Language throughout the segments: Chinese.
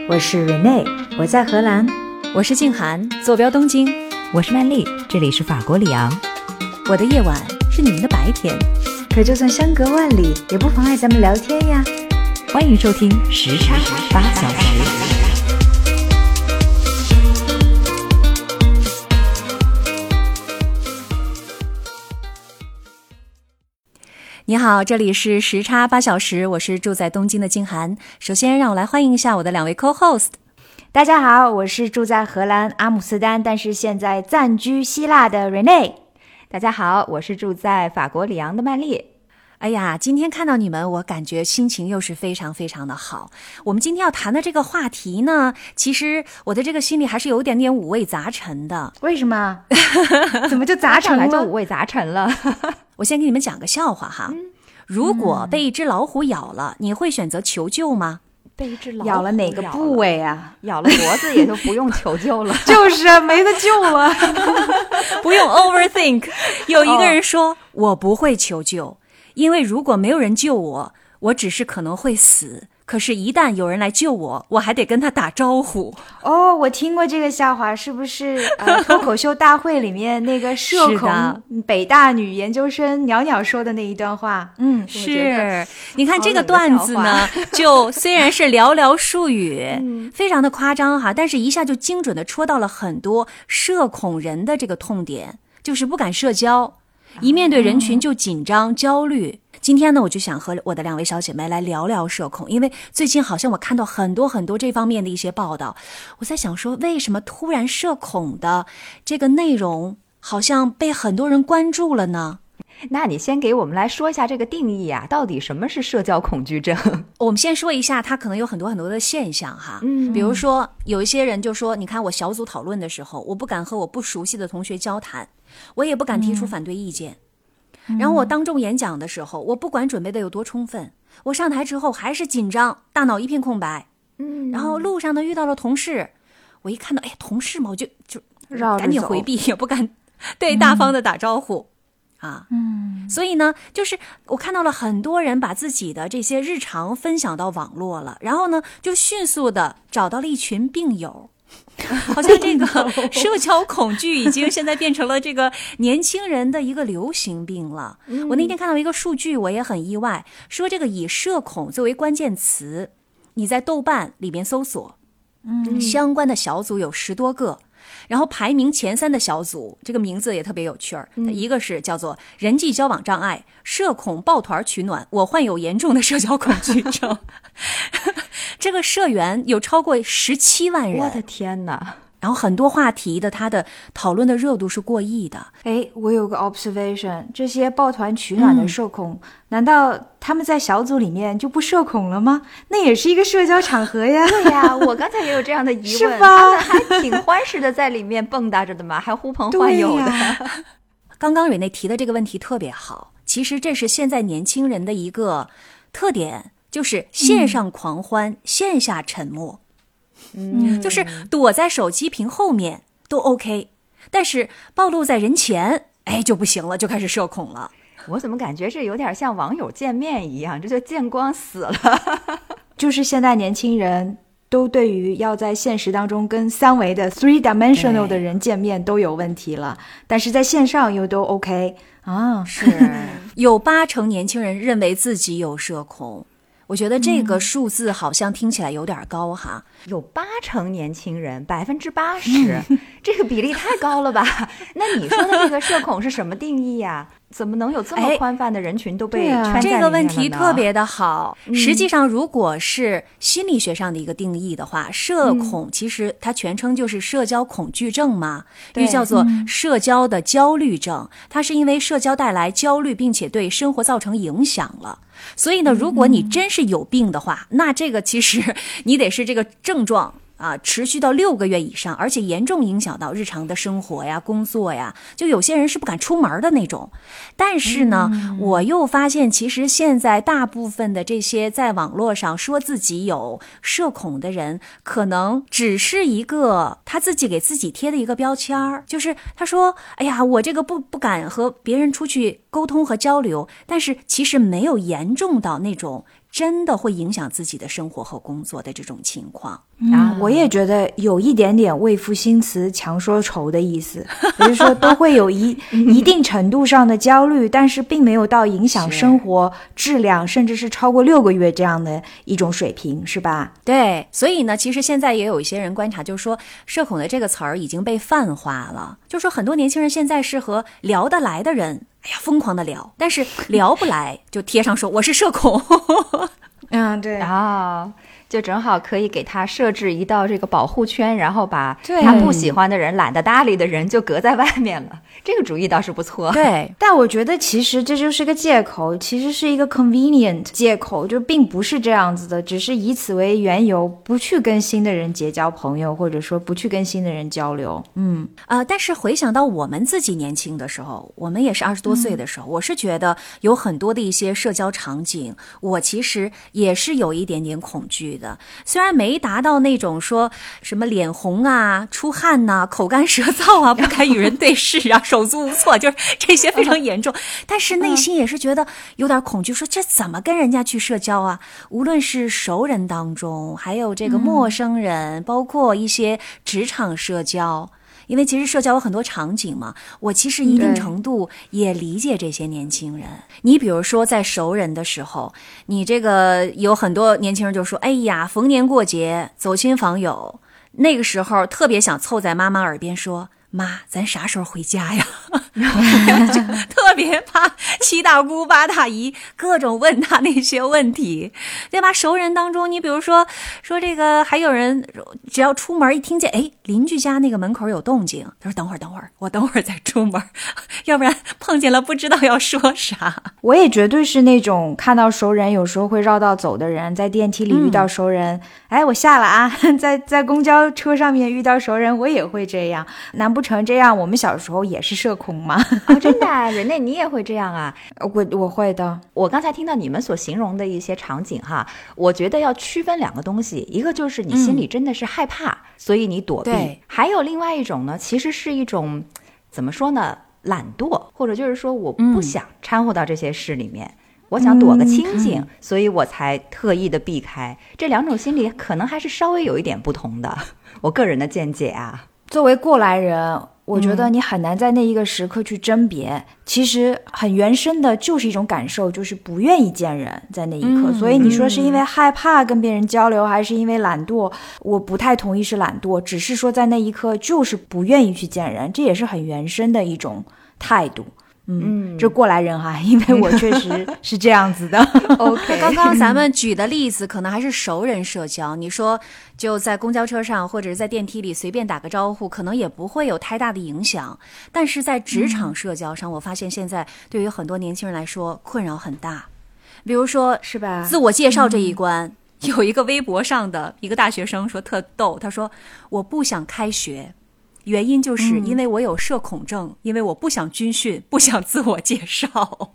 我是 Renee， 我在荷兰。 我是静涵，坐标东京。 我是曼丽，这里是法国里昂。 我的夜晚是你们的白天， 可就算相隔万里，也不妨碍咱们聊天呀。 欢迎收听时差8小时。 你好，这里是时差8小时，我是住在东京的静涵。首先让我来欢迎一下我的两位 co-host。 大家好，我是住在荷兰阿姆斯特丹，但是现在暂居希腊的 Renee。 大家好，我是住在法国里昂的曼丽。 哎呀，今天看到你们，我感觉心情又是非常非常的好。我们今天要谈的这个话题呢，其实我的这个心里还是有一点点五味杂陈的。 为什么？怎么就杂陈了？ 就五味杂陈了。 我先给你们讲个笑话哈。如果被一只老虎咬了，你会选择求救吗？ 被一只老虎咬了哪个部位啊？ 咬了脖子也就不用求救了。 就是啊，没得救了。 不用 overthink。有一个人说，我不会求救，因为如果没有人救我，我只是可能会死。可是一旦有人来救我，我还得跟他打招呼。 哦，我听过这个笑话，是不是脱口秀大会里面那个社恐北大女研究生袅袅说的那一段话？ 是。你看这个段子呢，就虽然是寥寥数语，非常的夸张哈，但是一下就精准的戳到了很多社恐人的这个痛点，就是不敢社交，一面对人群就紧张焦虑。今天呢，我就想和我的两位小姐妹来聊聊社恐，因为最近好像我看到很多这方面的一些报道，我在想说，为什么突然社恐的这个内容好像被很多人关注了呢？ 那你先给我们来说一下这个定义啊，到底什么是社交恐惧症？ 我们先说一下，它可能有很多的现象哈。比如说有一些人就说，你看我小组讨论的时候，我不敢和我不熟悉的同学交谈，我也不敢提出反对意见。然后我当众演讲的时候，我不管准备的有多充分，我上台之后还是紧张，大脑一片空白。然后路上呢遇到了同事，我一看到同事嘛，我就赶紧回避，也不敢对大方的打招呼。所以呢，就是我看到了很多人把自己的这些日常分享到网络了，然后呢就迅速的找到了一群病友。好像这个社交恐惧已经现在变成了这个年轻人的一个流行病了。我那天看到一个数据，我也很意外，说这个以社恐作为关键词，你在豆瓣里面搜索，相关的小组有10多个，然后排名前3的小组，这个名字也特别有趣儿。一个是叫做人际交往障碍、社恐抱团取暖，我患有严重的社交恐惧症。这个社员有超过17万人， 我的天哪！ 然后很多话题的它的讨论的热度是过亿的。 我有个 observation， 这些抱团取暖的社恐，难道他们在小组里面就不社恐了吗？那也是一个社交场合呀。 对呀，我刚才也有这样的疑问， 是吧？ 他们还挺欢实的在里面蹦跶着的嘛，还呼朋唤友的。 刚刚Renee提的这个问题特别好，其实这是现在年轻人的一个特点，就是线上狂欢，线下沉默。就是躲在手机屏后面都 OK， 但是暴露在人前，就不行了，就开始社恐了。 我怎么感觉这有点像网友见面一样，这就见光死了。 就是现在年轻人都对于要在现实当中跟3维的 3-dimensional 的人见面都有问题了，但是在线上又都 OK 啊。 是有80%年轻人认为自己有社恐。我觉得这个数字好像听起来有点高哈。 有80%年轻人，80%，这个比例太高了吧？那你说的这个社恐是什么定义呀？怎么能有这么宽泛的人群都被圈在里面了呢？ 这个问题特别的好。实际上如果是心理学上的一个定义的话，社恐其实它全称就是社交恐惧症嘛，又叫做社交的焦虑症。它是因为社交带来焦虑，并且对生活造成影响了。所以呢，如果你真是有病的话，那这个其实你得是这个症状持续到6个月以上，而且严重影响到日常的生活呀、工作呀，就有些人是不敢出门的那种。但是呢，我又发现其实现在大部分的这些在网络上说自己有社恐的人，可能只是一个他自己给自己贴的一个标签儿，就是他说哎呀，我这个不敢和别人出去沟通和交流，但是其实没有严重到那种真的会影响自己的生活和工作的这种情况。 我也觉得有一点点为赋新词强说愁的意思，比如说都会有一定程度上的焦虑，但是并没有到影响生活质量，甚至是超过6个月这样的一种水平，是吧？ 对，所以呢，其实现在也有一些人观察，就是说社恐的这个词儿已经被泛化了，就是说很多年轻人现在是和聊得来的人，哎呀，疯狂的聊，但是聊不来就贴上说我是社恐。 对啊，就正好可以给他设置一道这个保护圈，然后把他不喜欢的人、懒得搭理的人就隔在外面了。这个主意倒是不错。 对， 但我觉得其实这就是个借口，其实是一个 convenient 借口，就并不是这样子的，只是以此为缘由，不去跟新的人结交朋友，或者说不去跟新的人交流。 但是回想到我们自己年轻的时候，我们也是20多岁的时候，我是觉得有很多的一些社交场景，我其实也是有一点点恐惧的。虽然没达到那种说什么脸红啊、出汗呐、口干舌燥啊、不敢与人对视啊、手足无措，就是这些非常严重，但是内心也是觉得有点恐惧，说这怎么跟人家去社交啊？无论是熟人当中，还有这个陌生人，包括一些职场社交。因为其实社交有很多场景嘛，我其实一定程度也理解这些年轻人。你比如说在熟人的时候，你这个有很多年轻人就说，哎呀，逢年过节走亲访友，那个时候特别想凑在妈妈耳边说，妈，咱啥时候回家呀？就特别怕七大姑八大姨各种问他那些问题，对吧？熟人当中，你比如说这个，还有人只要出门一听见，哎，邻居家那个门口有动静，他说等会儿，我等会儿再出门，要不然碰见了不知道要说啥。 我也绝对是那种看到熟人有时候会绕道走的人，在电梯里遇到熟人，哎，我下了啊，在公交车上面遇到熟人，我也会这样。难不成这样我们小时候也是社恐吗？ 真的啊，Renee你也会这样啊？ 我会的。 我刚才听到你们所形容的一些场景哈，我觉得要区分2个东西，一个就是你心里真的是害怕，所以你躲避；还有另外一种呢，其实是一种怎么说呢，懒惰，或者就是说我不想掺和到这些事里面。我想躲个清静，所以我才特意的避开。这2种心理可能还是稍微有一点不同的，我个人的见解啊。 作为过来人，我觉得你很难在那一个时刻去甄别，其实很原生的就是一种感受，就是不愿意见人在那一刻。所以你说是因为害怕跟别人交流，还是因为懒惰？我不太同意是懒惰，只是说在那一刻就是不愿意去见人，这也是很原生的一种态度。这过来人哈，因为我确实是这样子的。 OK， 刚刚咱们举的例子可能还是熟人社交，你说就在公交车上或者是在电梯里随便打个招呼，可能也不会有太大的影响。但是在职场社交上，我发现现在对于很多年轻人来说困扰很大。比如说， 是吧？ 自我介绍这一关，有一个微博上的一个大学生说特逗，他说我不想开学。原因就是因为我有社恐症，因为我不想军训，不想自我介绍。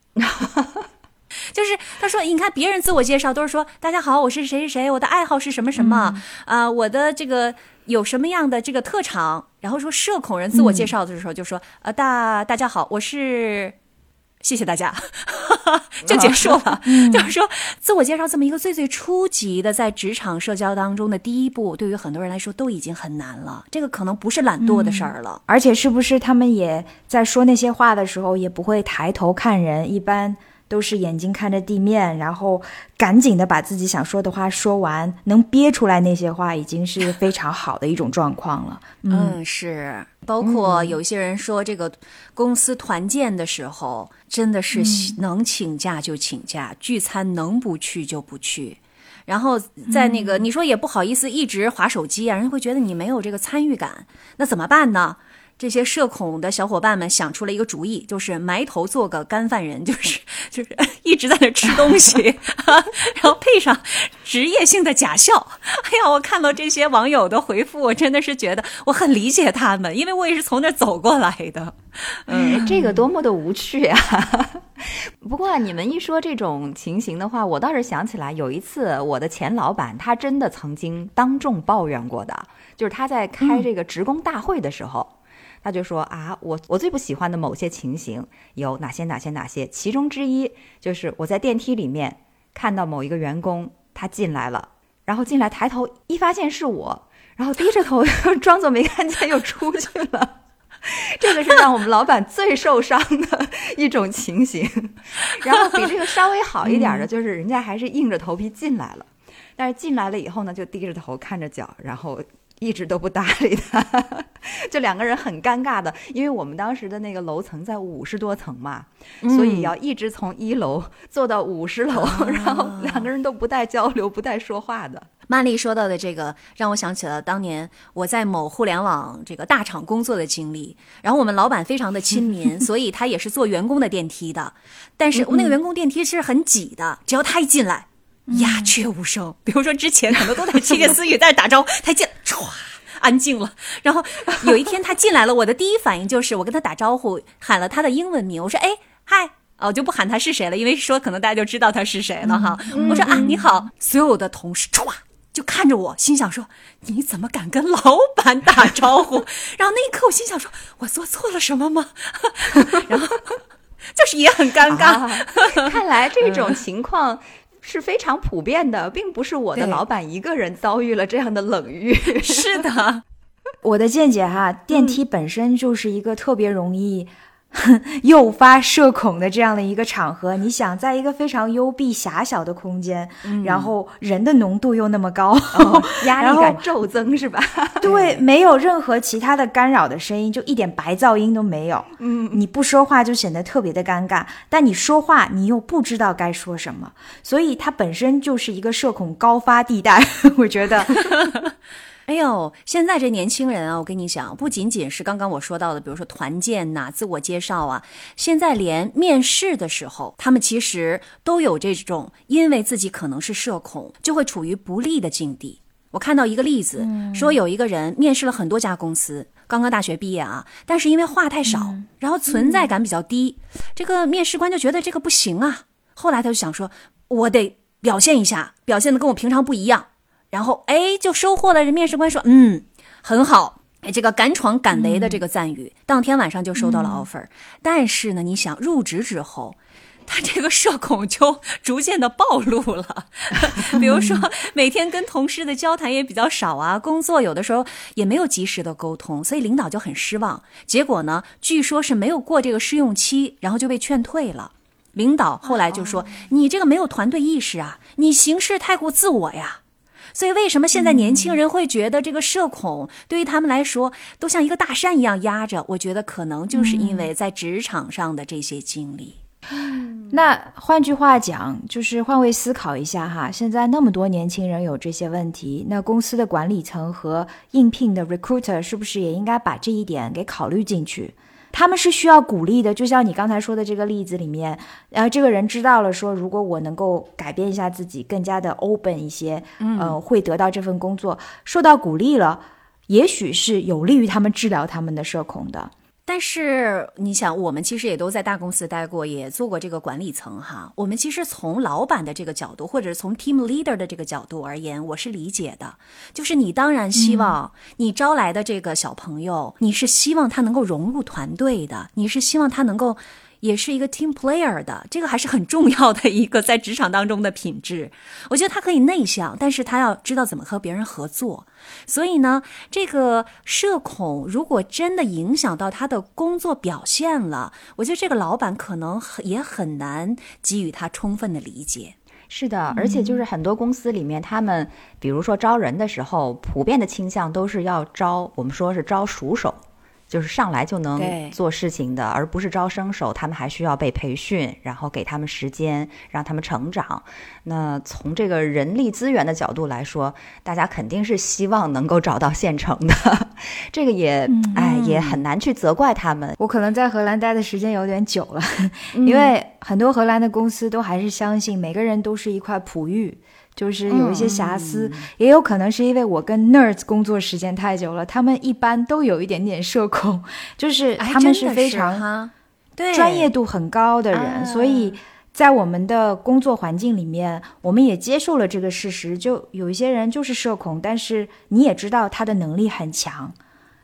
就是他说，你看别人自我介绍都是说大家好，我是谁谁谁，我的爱好是什么什么，我的这个有什么样的这个特长，然后说社恐人自我介绍的时候就说大家好，我是谢谢大家就结束了。就是说自我介绍这么一个最最初级的在职场社交当中的第一步，对于很多人来说都已经很难了，这个可能不是懒惰的事儿了。 而且是不是他们也在说那些话的时候也不会抬头看人，一般都是眼睛看着地面，然后赶紧的把自己想说的话说完，能憋出来那些话已经是非常好的一种状况了。 是，包括有一些人说这个公司团建的时候真的是能请假就请假，聚餐能不去就不去。然后在那个你说也不好意思一直滑手机啊，人会觉得你没有这个参与感，那怎么办呢？这些社恐的小伙伴们想出了一个主意，就是埋头做个干饭人，就是一直在那吃东西然后配上职业性的假笑。哎呀，我看到这些网友的回复，我真的是觉得我很理解他们，因为我也是从那走过来的。 这个多么的无趣啊不过你们一说这种情形的话，我倒是想起来有一次我的前老板他真的曾经当众抱怨过的，就是他在开这个职工大会的时候，他就说啊，我最不喜欢的某些情形有哪些，其中之一就是我在电梯里面看到某一个员工他进来了，然后进来抬头一发现是我，然后低着头装作没看见又出去了。这个是让我们老板最受伤的一种情形。然后比这个稍微好一点的就是人家还是硬着头皮进来了，但是进来了以后呢就低着头看着脚，然后一直都不搭理他。就两个人很尴尬的，因为我们当时的那个楼层在50多层嘛，所以要一直从1楼坐到50楼，然后两个人都不带交流不带说话的。 曼丽说到的这个让我想起了当年我在某互联网这个大厂工作的经历，然后我们老板非常的亲民，所以他也是坐员工的电梯的，但是那个员工电梯是很挤的，只要他一进来鸦雀无声，比如说之前可能都在窃窃私语在打招呼，他进唰安静了。然后有一天他进来了，我的第一反应就是我跟他打招呼，喊了他的英文名，我说哎嗨，我就不喊他是谁了，因为说可能大家就知道他是谁了哈。我说啊你好，所有的同事唰就看着我，心想说你怎么敢跟老板打招呼？然后那一刻我心想说我做错了什么吗？然后就是也很尴尬。 看来这种情况是非常普遍的，并不是我的老板一个人遭遇了这样的冷遇。 是的， 我的见解哈，电梯本身就是一个特别容易诱发社恐的这样的一个场合。你想在一个非常幽闭狭小的空间，然后人的浓度又那么高， 压力感骤增是吧？ 对，没有任何其他的干扰的声音，就一点白噪音都没有。你不说话就显得特别的尴尬，但你说话你又不知道该说什么，所以它本身就是一个社恐高发地带。我觉得哎呦，现在这年轻人啊，我跟你讲，不仅仅是刚刚我说到的，比如说团建呐、自我介绍啊，现在连面试的时候，他们其实都有这种因为自己可能是社恐，就会处于不利的境地。我看到一个例子，说有一个人面试了很多家公司，刚刚大学毕业啊，但是因为话太少，然后存在感比较低，这个面试官就觉得这个不行啊。后来他就想说，我得表现一下，表现得跟我平常不一样。然后就收获了面试官说很好，这个敢闯敢雷的这个赞誉，当天晚上就收到了 offer。但是呢，你想入职之后，他这个社恐就逐渐的暴露了。比如说每天跟同事的交谈也比较少啊，工作有的时候也没有及时的沟通，所以领导就很失望。结果呢，据说是没有过这个试用期，然后就被劝退了。领导后来就说你这个没有团队意识啊，你行事太过自我呀。所以为什么现在年轻人会觉得这个社恐对于他们来说都像一个大山一样压着？我觉得可能就是因为在职场上的这些经历。 那换句话讲，就是换位思考一下哈，现在那么多年轻人有这些问题，那公司的管理层和应聘的 recruiter 是不是也应该把这一点给考虑进去？他们是需要鼓励的，就像你刚才说的这个例子里面，这个人知道了说，如果我能够改变一下自己，更加的 open 一些，会得到这份工作，受到鼓励了，也许是有利于他们治疗他们的社恐的。 但是你想，我们其实也都在大公司待过，也做过这个管理层哈。我们其实从老板的这个角度，或者是从 team leader 的这个角度而言，我是理解的。就是你当然希望你招来的这个小朋友，你是希望他能够融入团队的，你是希望他能够也是一个 team player 的，这个还是很重要的一个在职场当中的品质。我觉得他可以内向，但是他要知道怎么和别人合作。所以呢，这个社恐如果真的影响到他的工作表现了，我觉得这个老板可能也很难给予他充分的理解。 是的，而且就是很多公司里面，他们比如说招人的时候，普遍的倾向都是要招，我们说是招熟手，就是上来就能做事情的，而不是招生手，他们还需要被培训，然后给他们时间让他们成长。那从这个人力资源的角度来说，大家肯定是希望能够找到现成的，这个也也很难去责怪他们。 我可能在荷兰待的时间有点久了，因为很多荷兰的公司都还是相信每个人都是一块璞玉，就是有一些瑕疵，也有可能是因为我跟 nerds 工作时间太久了，他们一般都有一点点社恐，就是他们是非常专业度很高的人，所以在我们的工作环境里面，我们也接受了这个事实，就有一些人就是社恐，但是你也知道他的能力很强，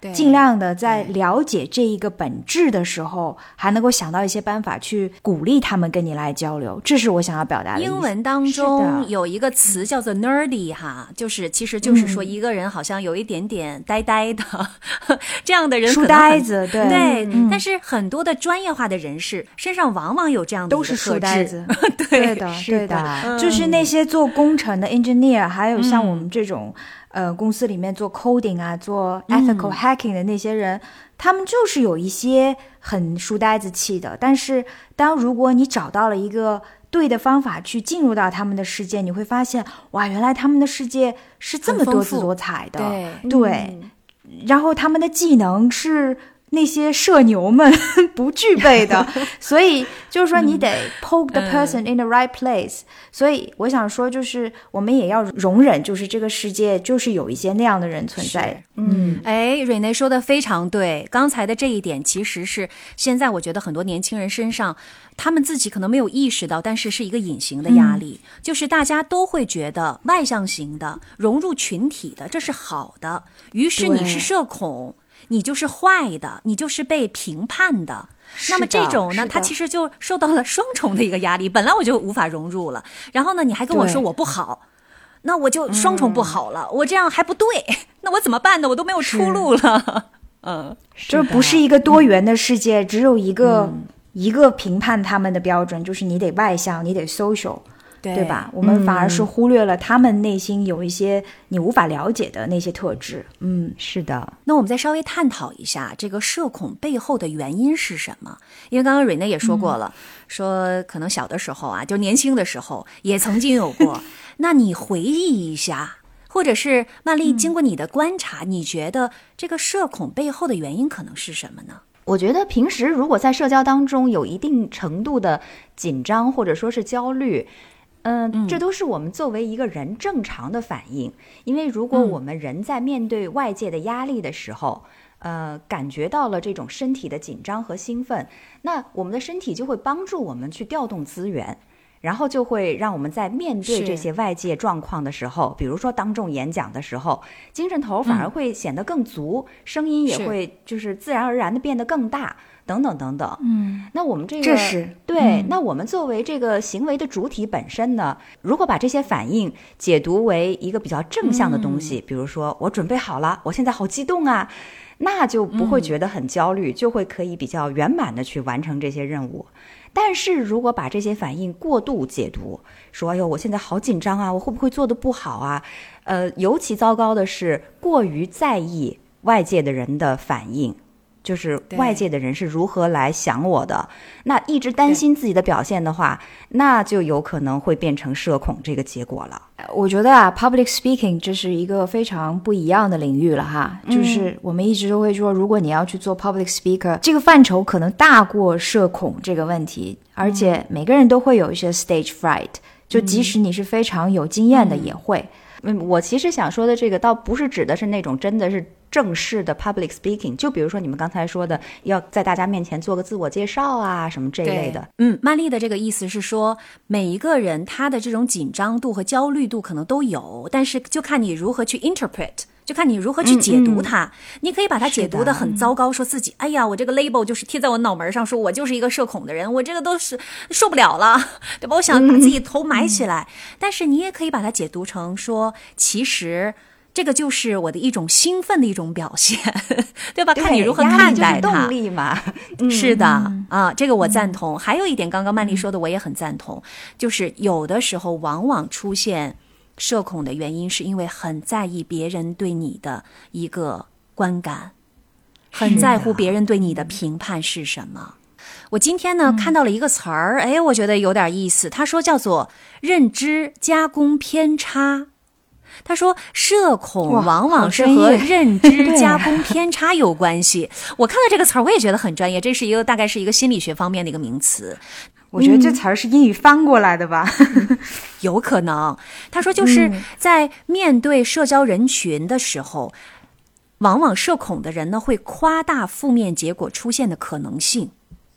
尽量的在了解这一个本质的时候，还能够想到一些办法去鼓励他们跟你来交流，这是我想要表达的意思。 英文当中有一个词叫做 nerdy 哈，其实就是说一个人好像有一点点呆呆的这样的人可能书呆子， 对，但是很多的专业化的人士身上往往有这样的一个特质， 都是书呆子对的， 是的， 就是那些做工程的 engineer， 还有像我们这种公司里面做 coding 啊，做 ethical hacking 的那些人，他们就是有一些很书呆子气的，但是如果你找到了一个对的方法去进入到他们的世界，你会发现哇，原来他们的世界是这么多姿多彩的，对，然后他们的技能是那些社牛们不具备的，所以就是说你得 poke the person in the right place，所以我想说就是我们也要容忍，就是这个世界就是有一些那样的人存在。 瑞内说的非常对，刚才的这一点其实是现在我觉得很多年轻人身上他们自己可能没有意识到，但是是一个隐形的压力，就是大家都会觉得外向型的融入群体的这是好的，于是你是社恐，你就是坏的，你就是被评判的。那么这种呢，他其实就受到了双重的一个压力，本来我就无法融入了，然后呢你还跟我说我不好，那我就双重不好了，我这样还不对，那我怎么办呢？我都没有出路了。 这不是一个多元的世界，只有一个评判他们的标准，就是你得外向，你得 social， 对吧？我们反而是忽略了他们内心有一些你无法了解的那些特质。 是的。 那我们再稍微探讨一下这个社恐背后的原因是什么？因为刚刚瑞内也说过了，说可能小的时候啊，就年轻的时候也曾经有过。那你回忆一下，或者是曼丽经过你的观察，你觉得这个社恐背后的原因可能是什么呢？ 我觉得平时如果在社交当中有一定程度的紧张或者说是焦虑，这都是我们作为一个人正常的反应。因为如果我们人在面对外界的压力的时候，感觉到了这种身体的紧张和兴奋，那我们的身体就会帮助我们去调动资源，然后就会让我们在面对这些外界状况的时候，比如说当众演讲的时候，精神头反而会显得更足，声音也会就是自然而然的变得更大，等等等等。那我们这是对，那我们作为这个行为的主体本身呢，如果把这些反应解读为一个比较正向的东西，比如说我准备好了，我现在好激动啊，那就不会觉得很焦虑，就会可以比较圆满的去完成这些任务。但是如果把这些反应过度解读，说哎呦我现在好紧张啊，我会不会做得不好啊，尤其糟糕的是过于在意外界的人的反应，就是外界的人是如何来想我的，那一直担心自己的表现的话，那就有可能会变成社恐这个结果了。 我觉得啊 public speaking 这是一个非常不一样的领域了哈，就是我们一直都会说，如果你要去做 public speaker， 这个范畴可能大过社恐这个问题，而且每个人都会有一些 stage fright， 就即使你是非常有经验的也会。 我其实想说的这个倒不是指的是那种真的是正式的 public speaking， 就比如说你们刚才说的要在大家面前做个自我介绍啊什么这一类的。 曼丽的这个意思是说，每一个人他的这种紧张度和焦虑度可能都有，但是就看你如何去 interpret， 就看你如何去解读它。你可以把它解读的很糟糕，说自己哎呀我这个 label 就是贴在我脑门上，说我就是一个社恐的人，我这个都是受不了了，对吧？我想把自己头埋起来。但是你也可以把它解读成说，其实这个就是我的一种兴奋的一种表现，对吧？看你如何看待它。 动力嘛。 是的啊，这个我赞同。还有一点，刚刚曼丽说的我也很赞同，就是有的时候往往出现社恐的原因是因为很在意别人对你的一个观感，很在乎别人对你的评判是什么。我今天呢看到了一个词儿，我觉得有点意思，他说叫做认知加工偏差。他说社恐往往是和认知加工偏差有关系。我看到这个词儿我也觉得很专业，这是一个大概是一个心理学方面的一个名词。 我觉得这词儿是英语翻过来的吧。 有可能。他说就是在面对社交人群的时候，往往社恐的人呢会夸大负面结果出现的可能性。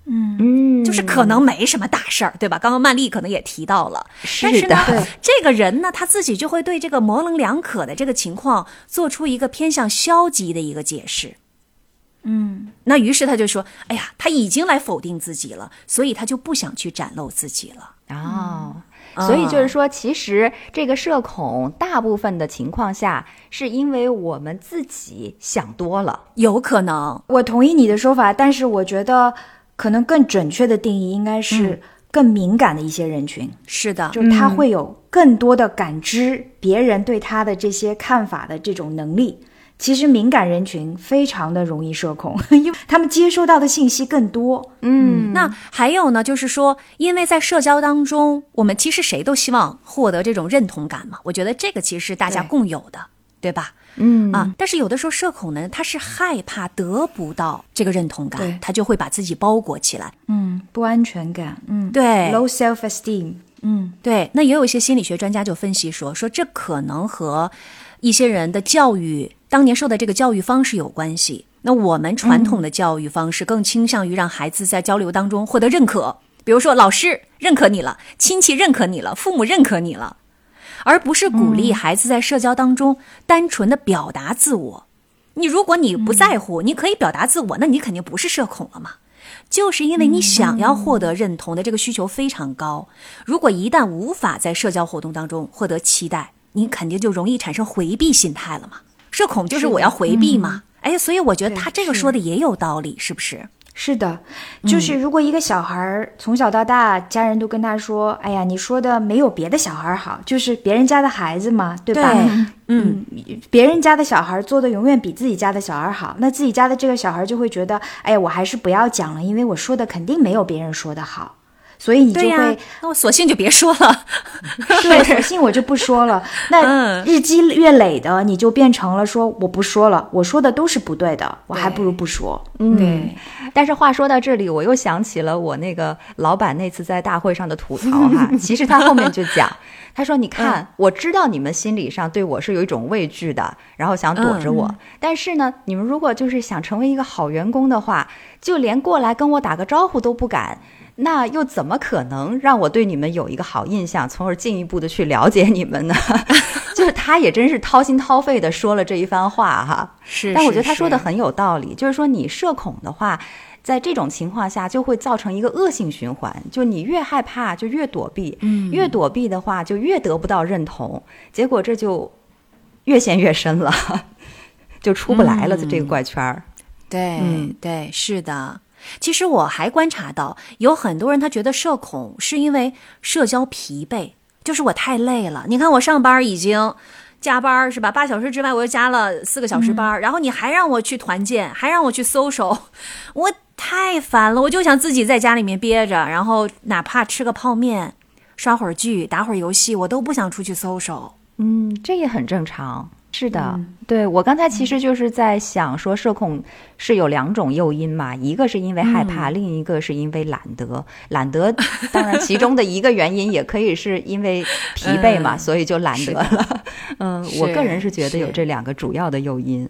就是可能没什么大事儿，对吧？刚刚曼丽可能也提到了， 是但是呢， 的这个人呢，他自己就会对这个模棱两可的这个情况做出一个偏向消极的一个解释。那于是他就说，哎呀，他已经来否定自己了，所以他就不想去展露自己了。 所以就是说，其实这个社恐大部分的情况下，是因为我们自己想多了， 有可能。 我同意你的说法，但是我觉得可能更准确的定义应该是更敏感的一些人群。 是的， 就是他会有更多的感知别人对他的这些看法的这种能力。其实敏感人群非常的容易社恐，因为他们接收到的信息更多。 那还有呢，就是说，因为在社交当中，我们其实谁都希望获得这种认同感嘛。我觉得这个其实是大家共有的， 对吧？但是有的时候社恐呢，他是害怕得不到这个认同感，他就会把自己包裹起来。 不安全感。 对 ，low self-esteem。 对。那也有一些心理学专家就分析说这可能和一些人的教育当年受的这个教育方式有关系。那我们传统的教育方式更倾向于让孩子在交流当中获得认可，比如说老师认可你了，亲戚认可你了，父母认可你了，而不是鼓励孩子在社交当中单纯的表达自我。如果你不在乎，你可以表达自我，那你肯定不是社恐了嘛。就是因为你想要获得认同的这个需求非常高，如果一旦无法在社交活动当中获得期待，你肯定就容易产生回避心态了嘛。社恐就是我要回避嘛。所以我觉得他这个说的也有道理，是不是？ 是的，就是如果一个小孩从小到大家人都跟他说，哎呀，你说的没有别的小孩好，就是别人家的孩子嘛，对吧？别人家的小孩做的永远比自己家的小孩好，那自己家的这个小孩就会觉得，哎呀，我还是不要讲了，因为我说的肯定没有别人说的好。所以你就会， 那我索性就别说了。 对，索性我就不说了。那日积月累的，你就变成了说我不说了，我说的都是不对的，我还不如不说。 对。 但是话说到这里，我又想起了我那个老板那次在大会上的吐槽哈。其实他后面就讲，他说：“你看，我知道你们心理上对我是有一种畏惧的，然后想躲着我。但是呢，你们如果就是想成为一个好员工的话，就连过来跟我打个招呼都不敢。”那又怎么可能让我对你们有一个好印象，从而进一步的去了解你们呢？就是他也真是掏心掏肺的说了这一番话哈。但我觉得他说的很有道理，就是说你社恐的话，在这种情况下就会造成一个恶性循环，就你越害怕就越躲避，越躲避的话就越得不到认同，结果这就越陷越深了，就出不来了这个怪圈儿。 对，是的。其实我还观察到有很多人他觉得社恐是因为社交疲惫，就是我太累了，你看我上班已经加班是吧，8小时之外我又加了4个小时班，然后你还让我去团建，还让我去 social， 我太烦了，我就想自己在家里面憋着，然后哪怕吃个泡面刷会儿剧打会儿游戏，我都不想出去 social。 这也很正常。是的，对，我刚才其实就是在想说，社恐是有2种诱因嘛，一个是因为害怕，另一个是因为懒得。懒得当然其中的一个原因也可以是因为疲惫嘛，所以就懒得了。我个人是觉得有这2个主要的诱因。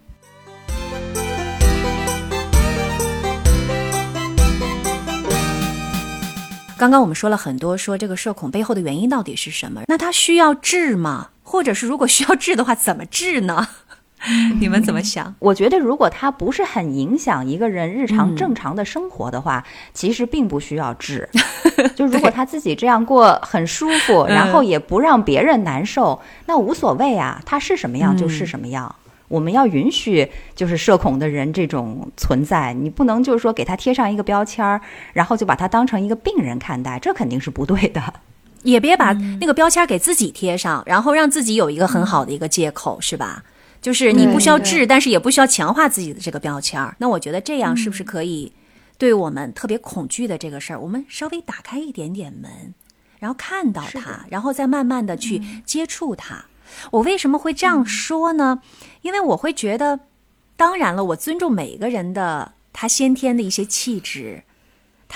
刚刚我们说了很多，说这个社恐背后的原因到底是什么？那它需要治吗？或者是如果需要治的话，怎么治呢？你们怎么想？ 我觉得如果它不是很影响一个人日常正常的生活的话，其实并不需要治。就如果他自己这样过很舒服，然后也不让别人难受，那无所谓啊，他是什么样就是什么样。我们要允许就是社恐的人这种存在，你不能就是说给他贴上一个标签，然后就把他当成一个病人看待，这肯定是不对的。 也别把那个标签给自己贴上，然后让自己有一个很好的一个借口，是吧？就是你不需要治，但是也不需要强化自己的这个标签。那我觉得这样是不是可以对我们特别恐惧的这个事儿，我们稍微打开一点点门，然后看到它，然后再慢慢的去接触它。我为什么会这样说呢？因为我会觉得，当然了，我尊重每个人的他先天的一些气质，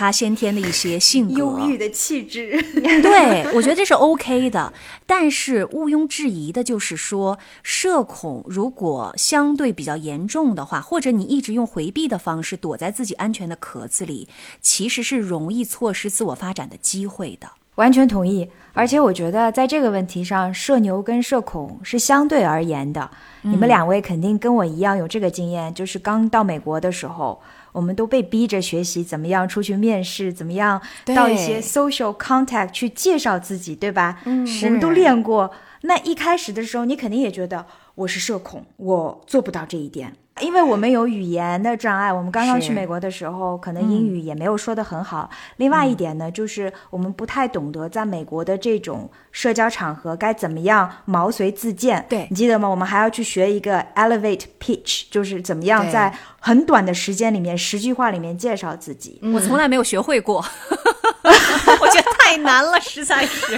他先天的一些性格忧郁的气质。 对，我觉得这是 OK 的。但是毋庸置疑的就是说，社恐如果相对比较严重的话，或者你一直用回避的方式躲在自己安全的壳子里，其实是容易错失自我发展的机会的。 完全同意。而且我觉得在这个问题上，社牛跟社恐是相对而言的。你们两位肯定跟我一样有这个经验，就是刚到美国的时候，我们都被逼着学习怎么样出去面试，怎么样到一些 social contact 去介绍自己，对吧？我们都练过。那一开始的时候，你肯定也觉得我是社恐，我做不到这一点，因为我们有语言的障碍。我们刚刚去美国的时候，可能英语也没有说得很好。另外一点呢，就是我们不太懂得在美国的这种社交场合该怎么样毛遂自荐。 对， 你记得吗？我们还要去学一个 elevate pitch， 就是怎么样在很短的时间里面10句话里面介绍自己。 我从来没有学会过。我觉得太难了，实在是。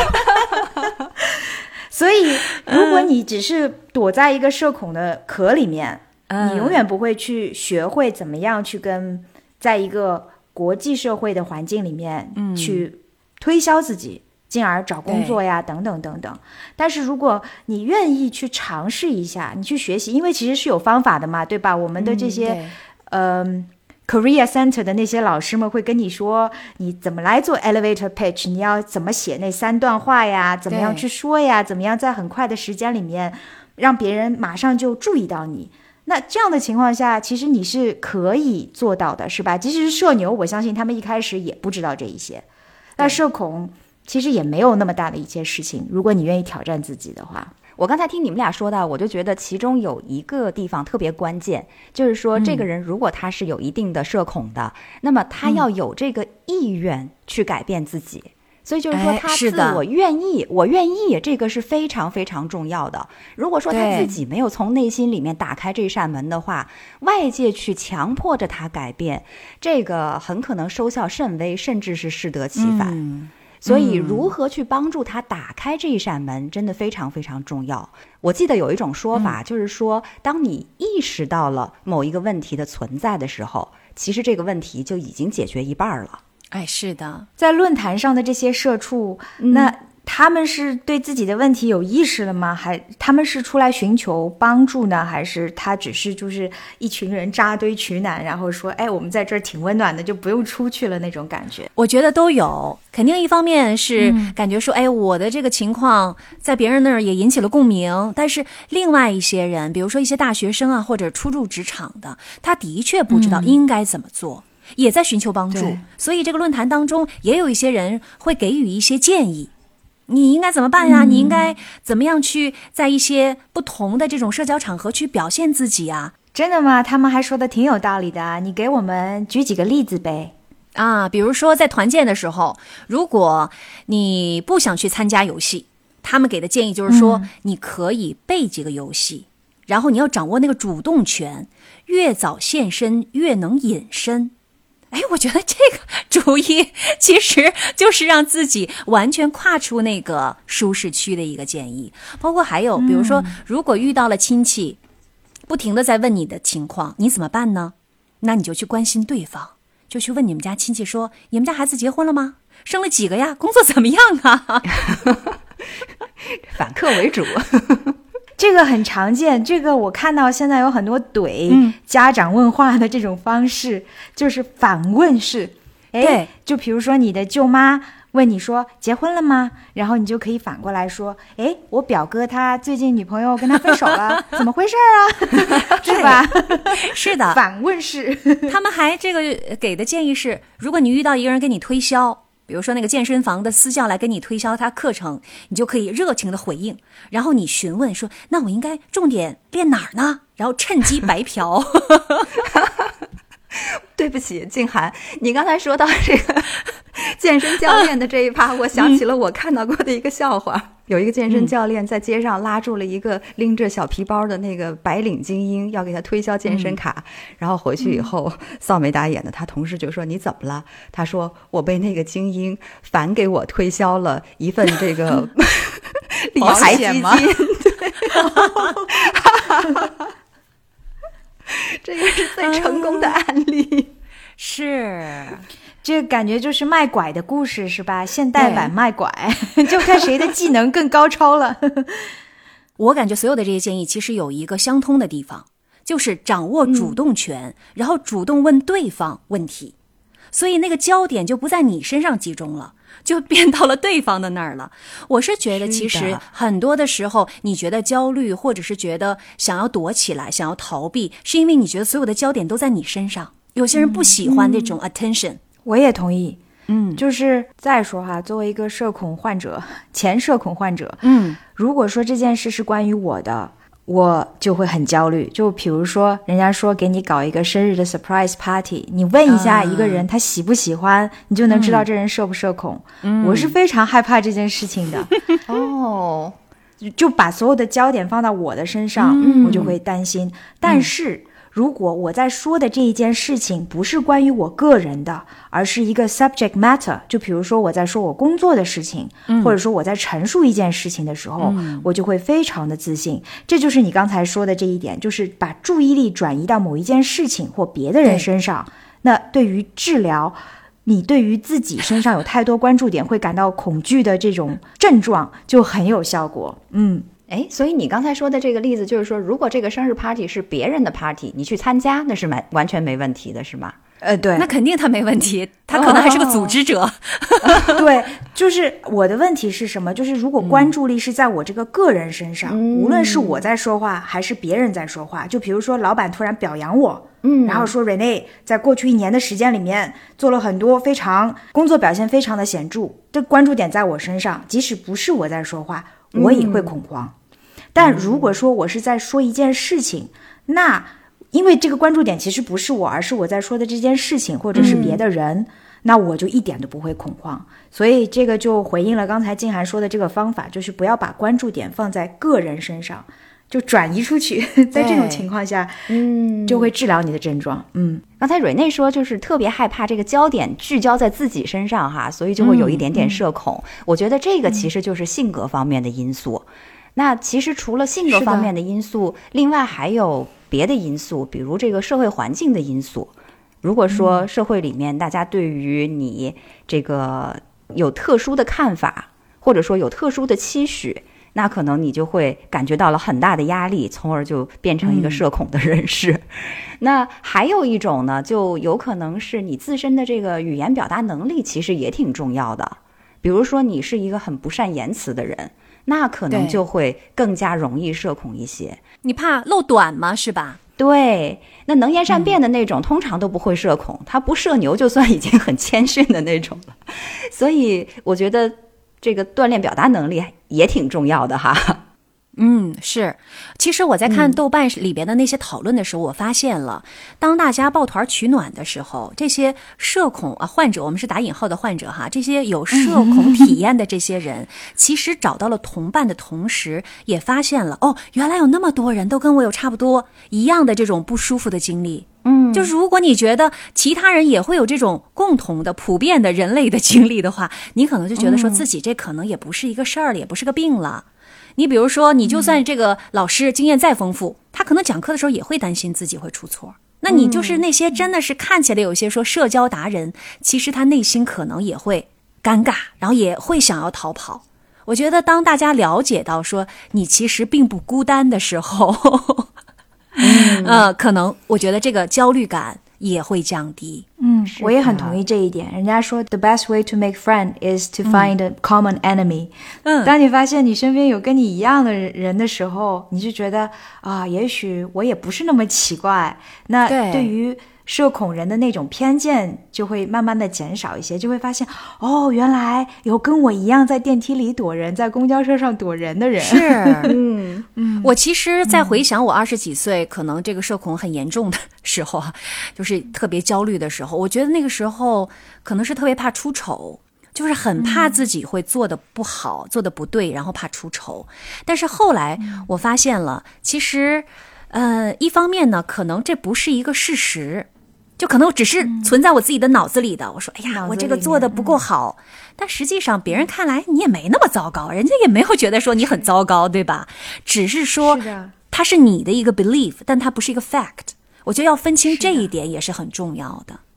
所以如果你只是躲在一个社恐的壳里面，你永远不会去学会怎么样去跟在一个国际社会的环境里面去推销自己，进而找工作呀等等等等。但是如果你愿意去尝试一下，你去学习，因为其实是有方法的嘛，对吧？我们的这些Career Center 的那些老师们会跟你说你怎么来做 elevator pitch， 你要怎么写那3段话呀，怎么样去说呀，怎么样在很快的时间里面让别人马上就注意到你。那这样的情况下，其实你是可以做到的，是吧？即使是社牛，我相信他们一开始也不知道这一些。那社恐其实也没有那么大的一件事情，如果你愿意挑战自己的话。 我刚才听你们俩说的，我就觉得其中有一个地方特别关键，就是说这个人如果他是有一定的社恐的，那么他要有这个意愿去改变自己。所以就是说他自我愿意，我愿意，这个是非常非常重要的。如果说他自己没有从内心里面打开这扇门的话，外界去强迫着他改变，这个很可能收效甚微，甚至是适得其反。所以如何去帮助他打开这一扇门，真的非常非常重要。我记得有一种说法，就是说当你意识到了某一个问题的存在的时候，其实这个问题就已经解决一半了。 哎，是的。 在论坛上的这些社畜，那他们是对自己的问题有意识了吗？还他们是出来寻求帮助呢，还是他只是就是一群人扎堆取暖，然后说哎我们在这儿挺温暖的，就不用出去了那种感觉？ 我觉得都有。肯定一方面是感觉说哎我的这个情况在别人那儿也引起了共鸣，但是另外一些人，比如说一些大学生啊，或者初入职场的，他的确不知道应该怎么做，也在寻求帮助。所以这个论坛当中也有一些人会给予一些建议，你应该怎么办呀？你应该怎么样去在一些不同的这种社交场合去表现自己啊？ 真的吗？他们还说的挺有道理的，你给我们举几个例子呗。 比如说在团建的时候，如果你不想去参加游戏，他们给的建议就是说你可以备几个游戏，然后你要掌握那个主动权，越早现身越能隐身。哎，我觉得这个主意其实就是让自己完全跨出那个舒适区的一个建议。包括还有比如说如果遇到了亲戚不停地在问你的情况，你怎么办呢？那你就去关心对方，就去问你们家亲戚说，你们家孩子结婚了吗？生了几个呀？工作怎么样啊？ 反客为主。 这个很常见，这个我看到现在有很多怼家长问话的这种方式，就是反问式。 对， 就比如说你的舅妈问你说结婚了吗？然后你就可以反过来说，哎，我表哥他最近女朋友跟他分手了，怎么回事啊？是吧？ 是的， 反问式。 他们还这个给的建议是，如果你遇到一个人跟你推销，比如说那个健身房的私教来跟你推销他课程，你就可以热情的回应，然后你询问说，那我应该重点练哪儿呢？然后趁机白嫖。 对不起，静涵，你刚才说到这个健身教练的这一趴，我想起了我看到过的一个笑话。有一个健身教练在街上拉住了一个拎着小皮包的那个白领精英，要给他推销健身卡。然后回去以后臊眉打眼的，他同事就说，你怎么了？他说，我被那个精英反给我推销了一份这个理财基金。这个是最成功的案例。 是， 这这感觉就是卖拐的故事是吧？现代版卖拐，就看谁的技能更高超了。 我感觉所有的这些建议其实有一个相通的地方，就是掌握主动权，然后主动问对方问题，所以那个焦点就不在你身上集中了，就变到了对方的那儿了。我是觉得其实很多的时候你觉得焦虑，或者是觉得想要躲起来，想要逃避，是因为你觉得所有的焦点都在你身上。有些人不喜欢这种 attention。 我也同意。就是再说哈，作为一个社恐患者，前社恐患者，如果说这件事是关于我的，我就会很焦虑。就比如说人家说给你搞一个生日的 surprise party， 你问一下一个人他喜不喜欢，你就能知道这人社不社恐。我是非常害怕这件事情的。就把所有的焦点放到我的身上，我就会担心。但是如果我在说的这一件事情不是关于我个人的，而是一个 subject matter， 就比如说我在说我工作的事情，或者说我在陈述一件事情的时候，我就会非常的自信。这就是你刚才说的这一点，就是把注意力转移到某一件事情或别的人身上。那对于治疗你对于自己身上有太多关注点会感到恐惧的这种症状就很有效果。 所以你刚才说的这个例子就是说，如果这个生日 party 是别人的 party， 你去参加那是完全没问题的是吗？ 对， 那肯定他没问题，他可能还是个组织者。 对，就是我的问题是什么？就是如果关注力是在我这个个人身上，无论是我在说话还是别人在说话，就比如说老板突然表扬我，然后说 Renee 在过去1年的时间里面做了很多工作表现非常的显著，这关注点在我身上，即使不是我在说话，我也会恐慌。但如果说我是在说一件事情，那因为这个关注点其实不是我，而是我在说的这件事情或者是别的人，那我就一点都不会恐慌。所以这个就回应了刚才静涵说的这个方法，就是不要把关注点放在个人身上，就转移出去。在这种情况下就会治疗你的症状。 刚才Renee说就是特别害怕这个焦点聚焦在自己身上哈，所以就会有一点点社恐。我觉得这个其实就是性格方面的因素。那其实除了性格方面的因素，另外还有别的因素，比如这个社会环境的因素。如果说社会里面大家对于你这个有特殊的看法，或者说有特殊的期许，那可能你就会感觉到了很大的压力，从而就变成一个社恐的人士。那还有一种呢，就有可能是你自身的这个语言表达能力其实也挺重要的。比如说你是一个很不善言辞的人，那可能就会更加容易社恐一些。 你怕漏短吗？是吧？ 对，那能言善辩的那种通常都不会社恐，他不社牛就算已经很谦逊的那种了。所以我觉得这个锻炼表达能力也挺重要的哈。 是。其实我在看豆瓣里边的那些讨论的时候，我发现了，当大家抱团取暖的时候，这些社恐患者，我们是打引号的患者哈，这些有社恐体验的这些人，其实找到了同伴的同时，也发现了原来有那么多人都跟我有差不多一样的这种不舒服的经历。就是如果你觉得其他人也会有这种共同的普遍的人类的经历的话，你可能就觉得说自己这可能也不是一个事儿了，也不是个病了。你比如说，你就算这个老师经验再丰富，他可能讲课的时候也会担心自己会出错。那你就是那些真的是看起来有些说社交达人，其实他内心可能也会尴尬，然后也会想要逃跑。我觉得当大家了解到说你其实并不孤单的时候，可能我觉得这个焦虑感也会降低。 我也很同意这一点。人家说 the best way to make friend is to find a common enemy。当你发现你身边有跟你一样的人的时候，你就觉得也许我也不是那么奇怪。那对于社恐人的那种偏见就会慢慢的减少一些，就会发现原来有跟我一样在电梯里躲人，在公交车上躲人的人。 是我其实在回想我20几岁可能这个社恐很严重的时候就是特别焦虑的时候，我觉得那个时候可能是特别怕出丑，就是很怕自己会做的不好，做的不对，然后怕出丑。但是后来我发现了，其实一方面呢，可能这不是一个事实，就可能只是存在我自己的脑子里的。我说哎呀，我这个做的不够好，但实际上别人看来你也没那么糟糕，人家也没有觉得说你很糟糕，对吧？只是说它是你的一个 belief， 但它不是一个 fact。我觉得要分清这一点也是很重要的。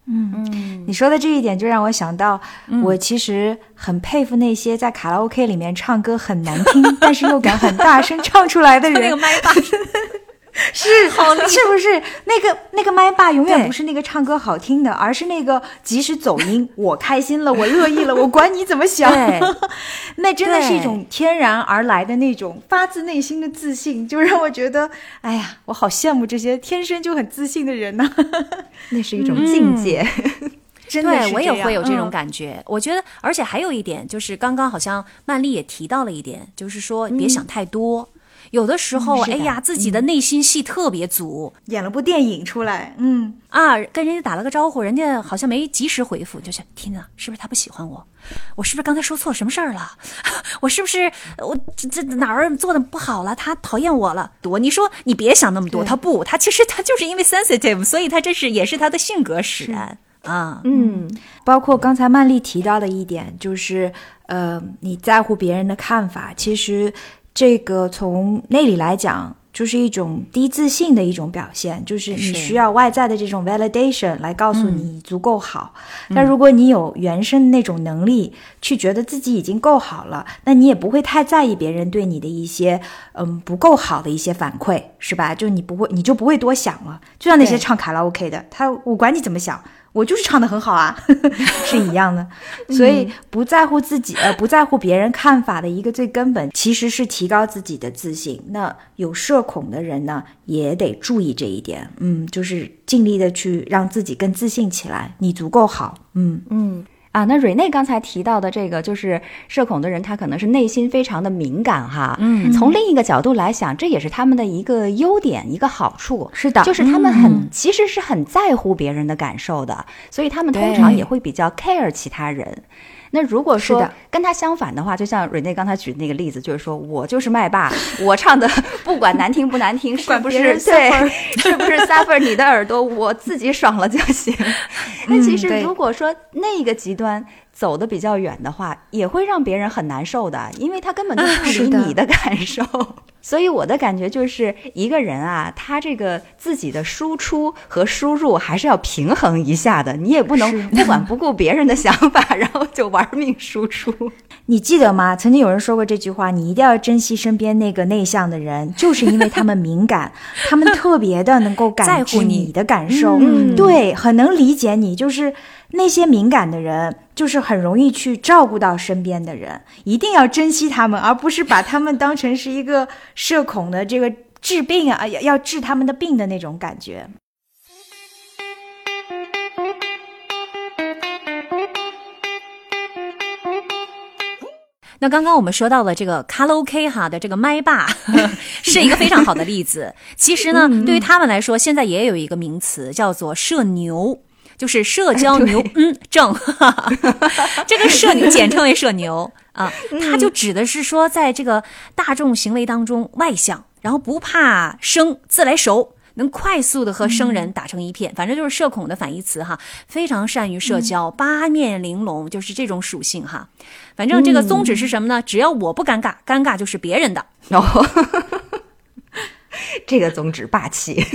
你说的这一点就让我想到，我其实很佩服那些在卡拉 OK 里面唱歌很难听，但是又敢很大声唱出来的人。 那个麦霸是不是那个麦霸永远不是那个唱歌好听的，而是那个即使走音，我开心了，我乐意了，我管你怎么想。那真的是一种天然而来的那种发自内心的自信，就让我觉得，哎呀，我好羡慕这些天生就很自信的人呢。 那是一种境界。 真的是这样， 对，我也会有这种感觉。我觉得，而且还有一点，就是刚刚好像曼丽也提到了一点，就是说别想太多。有的时候，哎呀，自己的内心戏特别足， 演了部电影出来， 跟人家打了个招呼，人家好像没及时回复，就是天哪，是不是他不喜欢我？我是不是刚才说错什么事儿了？我是不是这哪儿做的不好了？他讨厌我了？你说你别想那么多，他其实他就是因为 sensitive， 所以他也是他的性格使然啊。 包括刚才曼丽提到的一点，就是你在乎别人的看法，其实。这个从内里来讲，就是一种低自信的一种表现，就是你需要外在的这种 validation 来告诉你足够好。但如果你有原生的那种能力，去觉得自己已经够好了，那你也不会太在意别人对你的一些不够好的一些反馈，是吧？就你就不会多想了。就像那些唱卡拉 OK 的，我管你怎么想。我就是唱得很好啊，是一样的。所以不在乎自己不在乎别人看法的一个最根本，其实是提高自己的自信。那有社恐的人呢，也得注意这一点。就是尽力的去让自己更自信起来，你足够好。 那瑞内刚才提到的这个，就是社恐的人他可能是内心非常的敏感哈。从另一个角度来想，这也是他们的一个优点，一个好处。 是的， 就是他们其实是很在乎别人的感受的，所以他们通常也会比较 care 其他人。那如果说跟他相反的话，就像瑞内刚才举的那个例子，就是说我就是麦霸，我唱的不管难听不难听，是不是对，是不是 suffer 你的耳朵，我自己爽了就行。那其实如果说那个极端走得比较远的话，也会让别人很难受的，因为他根本就不理你的感受。所以我的感觉就是一个人啊，他这个自己的输出和输入还是要平衡一下的，你也不能不管不顾别人的想法，然后就玩命输出。 你记得吗？曾经有人说过这句话，你一定要珍惜身边那个内向的人，就是因为他们敏感，他们特别的能够感知你的感受，对，很能理解你。就是那些敏感的人，就是很容易去照顾到身边的人，一定要珍惜他们，而不是把他们当成是一个社恐的这个治病啊，要治他们的病的那种感觉。 那刚刚我们说到了这个卡拉 OK 哈的这个麦霸是一个非常好的例子。其实呢，对于他们来说，现在也有一个名词叫做社牛，就是社交牛症。这个社牛简称为社牛啊，它就指的是说，在这个大众行为当中外向，然后不怕生，自来熟。能快速的和生人打成一片，反正就是社恐的反义词哈，非常善于社交，八面玲珑，就是这种属性哈。反正这个宗旨是什么呢？只要我不尴尬，尴尬就是别人的。 这个宗旨霸气。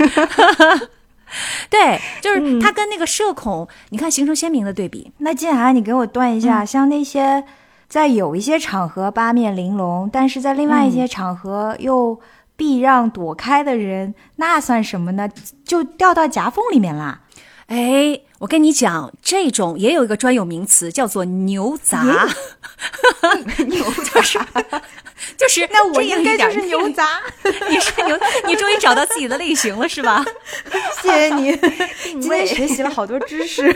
对，就是他跟那个社恐，你看形成鲜明的对比。 那静涵，你给我断一下，像那些在有一些场合八面玲珑，但是在另外一些场合又避让躲开的人，那算什么呢？就掉到夹缝里面啦。 哎，我跟你讲，这种也有一个专有名词，叫做牛杂。 牛杂就是那我应该就是牛杂。 你是牛，你终于找到自己的类型了是吧？ 谢谢你，今天学习了好多知识。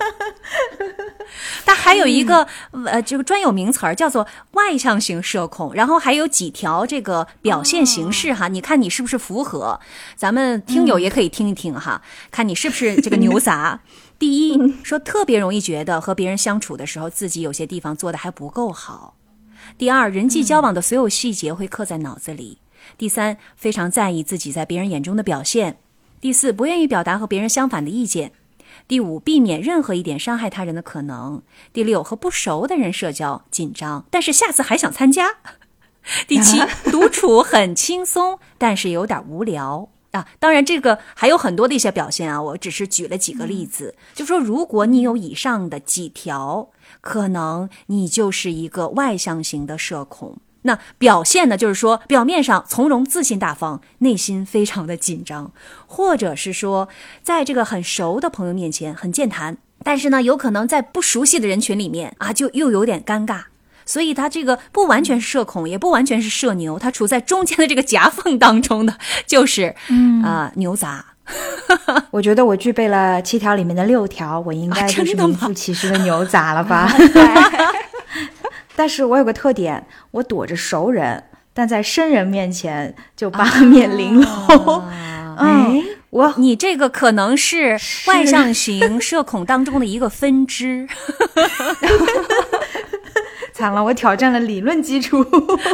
它还有一个这个专有名词叫做外向型社恐，然后还有几条这个表现形式哈，你看你是不是符合？咱们听友也可以听一听哈，看你是不是这个牛杂。第一，说特别容易觉得和别人相处的时候，自己有些地方做的还不够好。第二，人际交往的所有细节会刻在脑子里。第三，非常在意自己在别人眼中的表现。第四，不愿意表达和别人相反的意见。第五，避免任何一点伤害他人的可能。第六，和不熟的人社交紧张，但是下次还想参加。第七，独处很轻松，但是有点无聊。 当然这个还有很多的一些表现啊，我只是举了几个例子，就说如果你有以上的几条，可能你就是一个外向型的社恐。那表现呢，就是说表面上从容自信大方，内心非常的紧张，或者是说在这个很熟的朋友面前很健谈，但是呢有可能在不熟悉的人群里面就又有点尴尬。所以他这个不完全是社恐，也不完全是社牛，他处在中间的这个夹缝当中的，就是牛杂。 我觉得我具备了7条里面的6条，我应该就是名副其实的牛杂了吧？但是我有个特点，我躲着熟人，但在生人面前就八面玲珑。 你这个可能是外向型社恐当中的一个分支。 惨了，我挑战了理论基础，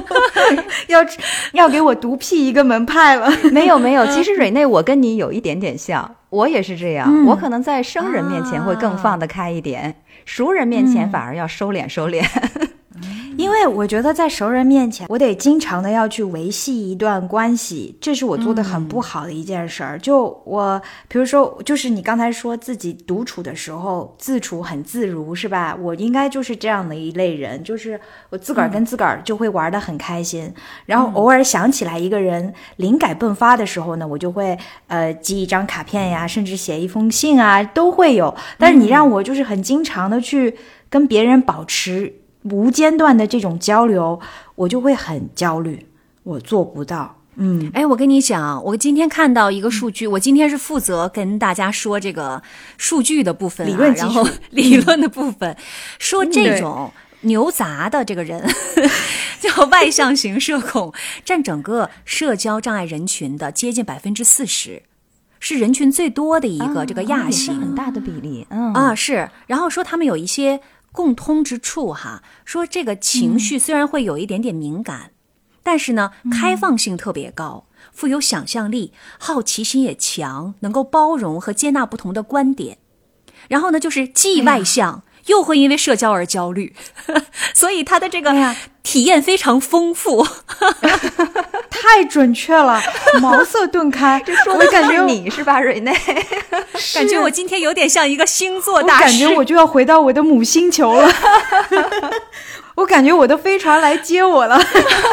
要给我独辟一个门派了。 没有，其实蕊内我跟你有一点点像，我也是这样，我可能在生人面前会更放得开一点，熟人面前反而要收敛收敛。 因为我觉得在熟人面前，我得经常的要去维系一段关系，这是我做的很不好的一件事儿。就我比如说，就是你刚才说自己独处的时候自处很自如，是吧？我应该就是这样的一类人，就是我自个儿跟自个儿就会玩得很开心，然后偶尔想起来一个人灵感迸发的时候呢，我就会寄一张卡片呀，甚至写一封信啊，都会有。但是你让我就是很经常的去跟别人保持无间断的这种交流，我就会很焦虑，我做不到。 我跟你讲，我今天看到一个数据，我今天是负责跟大家说这个数据的部分，然后理论的部分，说这种牛杂的这个人叫外向型社恐，占整个社交障碍人群的接近40%，是人群最多的一个这个亚型， 很大的比例。 是。然后说他们有一些共通之处说这个情绪虽然会有一点点敏感，但是呢开放性特别高，富有想象力，好奇心也强，能够包容和接纳不同的观点。然后呢就是既外向，又会因为社交而焦虑，所以他的这个体验非常丰富。 太准确了，茅塞顿开。 这说的感觉你是吧，蕊内？ 感觉我今天有点像一个星座大师， 我感觉我就要回到我的母星球了。我感觉我的飞船来接我了。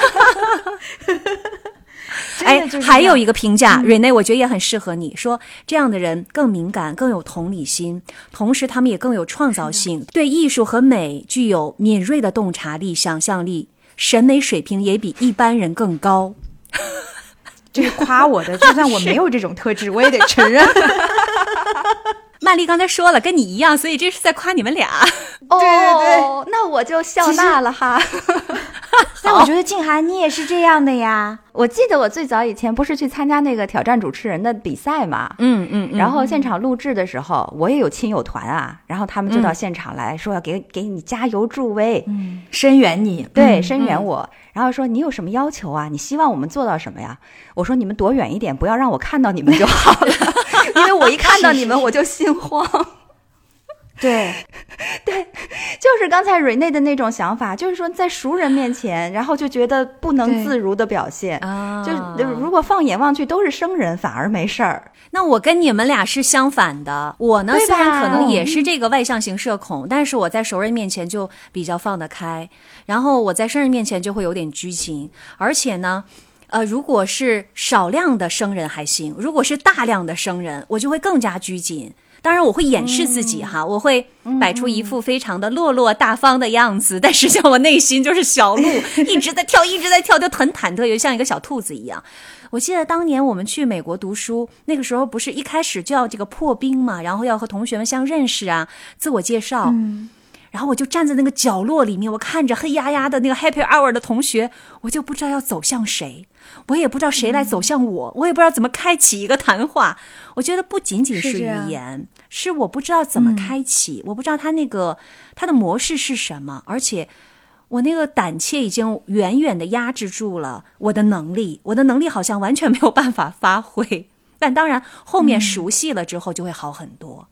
还有一个评价，蕊内我觉得也很适合你，说这样的人更敏感，更有同理心，同时他们也更有创造性，对艺术和美具有敏锐的洞察力、想象力，审美水平也比一般人更高。 这是夸我的，就算我没有这种特质，我也得承认。 曼丽刚才说了跟你一样，所以这是在夸你们俩。 对，那我就笑纳了哈。 但我觉得静涵你也是这样的呀。 我记得我最早以前不是去参加那个挑战主持人的比赛嘛，然后现场录制的时候，我也有亲友团啊，然后他们就到现场来说要给你加油助威， 声援你， 对，声援我，然后说你有什么要求啊？你希望我们做到什么呀？我说你们躲远一点，不要让我看到你们就好了，因为我一看到你们我就心慌。 对， 就是刚才蕊内的那种想法，就是说在熟人面前，然后就觉得不能自如的表现，就如果放眼望去都是生人，反而没事儿。 那我跟你们俩是相反的，我呢虽然可能也是这个外向型社恐，但是我在熟人面前就比较放得开，然后我在生人面前就会有点拘谨，而且呢如果是少量的生人还行，如果是大量的生人，我就会更加拘谨。当然我会掩饰自己我会摆出一副非常的落落大方的样子，但实际上我内心就是小鹿，一直在跳，就很忐忑，就像一个小兔子一样。我记得当年我们去美国读书，那个时候不是一开始就要这个破冰嘛，然后要和同学们相认识啊，自我介绍，然后我就站在那个角落里面，我看着黑压压的那个 Happy Hour 的同学，我就不知道要走向谁，我也不知道谁来走向我，我也不知道怎么开启一个谈话。我觉得不仅仅是语言，是我不知道怎么开启，我不知道他的模式是什么，而且我那个胆怯已经远远的压制住了我的能力好像完全没有办法发挥。 但当然后面熟悉了之后就会好很多。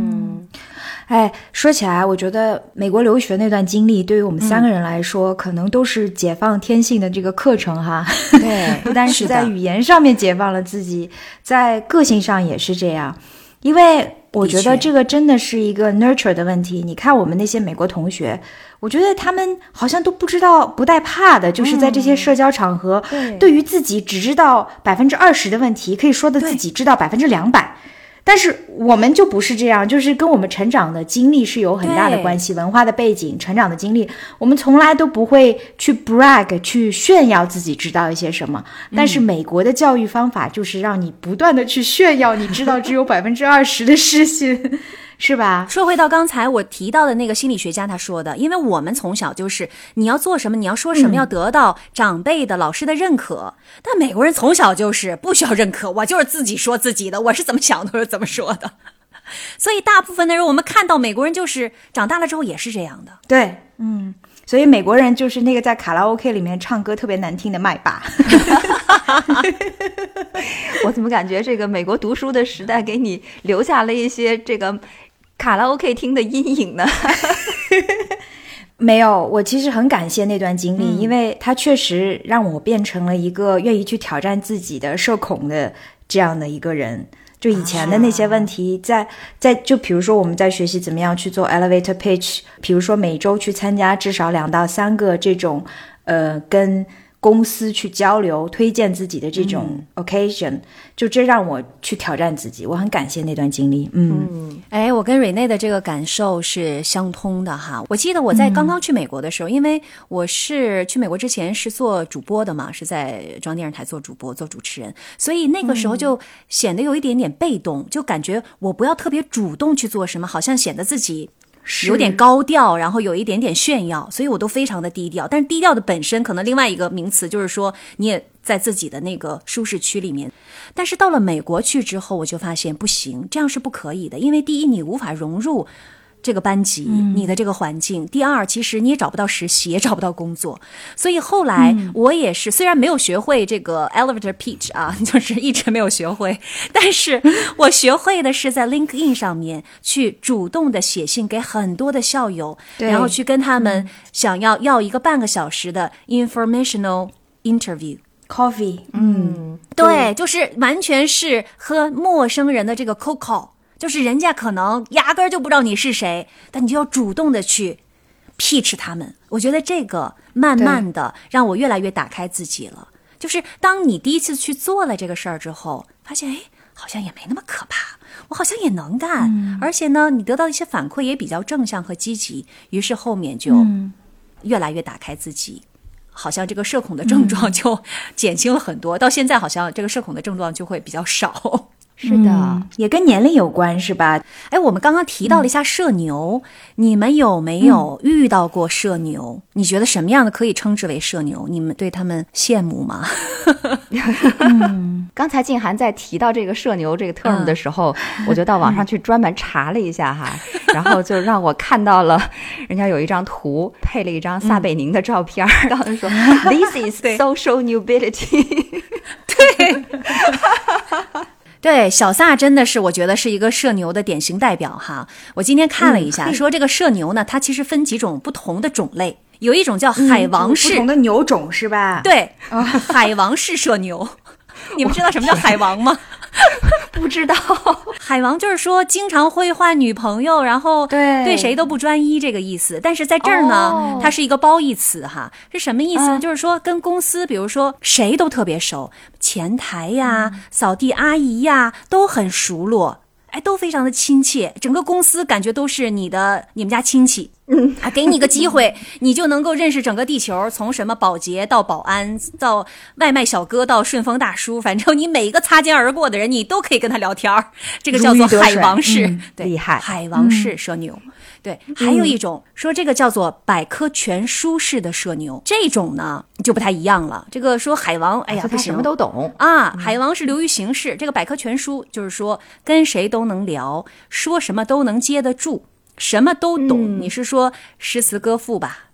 说起来我觉得美国留学那段经历对于我们3个人来说，可能都是解放天性的这个课程哈。 对， 不单是在语言上面解放了自己，在个性上也是这样。因为我觉得这个真的是一个 nurture 的问题。你看我们那些美国同学，我觉得他们好像都不知道不带怕的，就是在这些社交场合，对于自己只知道20%的问题，可以说的自己知道200%。但是我们就不是这样，就是跟我们成长的经历是有很大的关系，文化的背景、成长的经历，我们从来都不会去 brag 去炫耀自己知道一些什么。但是美国的教育方法就是让你不断的去炫耀你知道只有20%的事情。是吧？ 说回到刚才我提到的那个心理学家他说的，因为我们从小就是你要做什么，你要说什么，要得到长辈的、老师的认可。但美国人从小就是不需要认可，我就是自己说自己的，我是怎么想的我是怎么说的。所以大部分的人我们看到美国人就是长大了之后也是这样的。 对，所以美国人就是那个在卡拉 OK 里面唱歌特别难听的麦霸。 我怎么感觉这个美国读书的时代给你留下了一些这个卡拉 OK 听的阴影呢？ 没有，我其实很感谢那段经历，因为它确实让我变成了一个愿意去挑战自己的社恐的这样的一个人。就以前的那些问题，就比如说我们在学习怎么样去做 elevator pitch， 比如说每周去参加至少2到3个这种跟公司去交流推荐自己的这种 occasion，就这让我去挑战自己，我很感谢那段经历。 我跟瑞内的这个感受是相通的哈。我记得我在刚刚去美国的时候，因为我是去美国之前是做主播的嘛，是在中央电视台做主播做主持人，所以那个时候就显得有一点点被动，就感觉我不要特别主动去做什么，好像显得自己有点高调，然后有一点点炫耀，所以我都非常的低调。但是低调的本身可能另外一个名词就是说你也在自己的那个舒适区里面。但是到了美国去之后，我就发现不行，这样是不可以的。因为第一，你无法融入这个班级，你的这个环境。第二，其实你也找不到实习，也找不到工作。所以后来我也是，虽然没有学会这个 elevator pitch 啊，就是一直没有学会，但是我学会的是在 LinkedIn 上面去主动的写信给很多的校友，然后去跟他们想要一个半个小时的 informational interview。Coffee， 对，就是完全是和陌生人的这个 cold call， 就是人家可能压根儿就不知道你是谁，但你就要主动的去 pitch 他们。我觉得这个慢慢的让我越来越打开自己了。就是当你第一次去做了这个事儿之后，发现好像也没那么可怕，我好像也能干，而且呢，你得到一些反馈也比较正向和积极，于是后面就越来越打开自己。好像这个社恐的症状就减轻了很多，到现在好像这个社恐的症状就会比较少。 是的， 也跟年龄有关是吧？ 我们刚刚提到了一下社牛，你们有没有遇到过社牛？你觉得什么样的可以称之为社牛？你们对他们羡慕吗？ 刚才静涵在提到这个社牛这个 term 的时候，我就到网上去专门查了一下哈，然后就让我看到了人家有一张图配了一张撒贝宁的照片，告诉说 This is social nobility。 对，小撒真的是我觉得是一个社牛的典型代表哈。我今天看了一下，说这个社牛呢，它其实分几种不同的种类，有一种叫海王式， 不同的牛种是吧？ 对，海王式社牛。你们知道什么叫海王吗？ 不知道。 海王就是说经常会换女朋友，然后对谁都不专一这个意思。但是在这儿呢，它是一个褒义词哈。是什么意思呢？就是说跟公司比如说谁都特别熟，前台呀、扫地阿姨呀都很熟络，都非常的亲切，整个公司感觉都是你们家亲戚。给你个机会，你就能够认识整个地球，从什么保洁到保安，到外卖小哥到顺丰大叔，反正你每一个擦肩而过的人，你都可以跟他聊天。这个叫做海王式，对， 厉害， 海王式社牛。对，还有一种说这个叫做百科全书式的社牛，这种呢就不太一样了。这个说海王， 他什么都懂啊，海王是流于形式，这个百科全书就是说跟谁都能聊，说什么都能接得住。什么都懂，你是说诗词歌赋吧，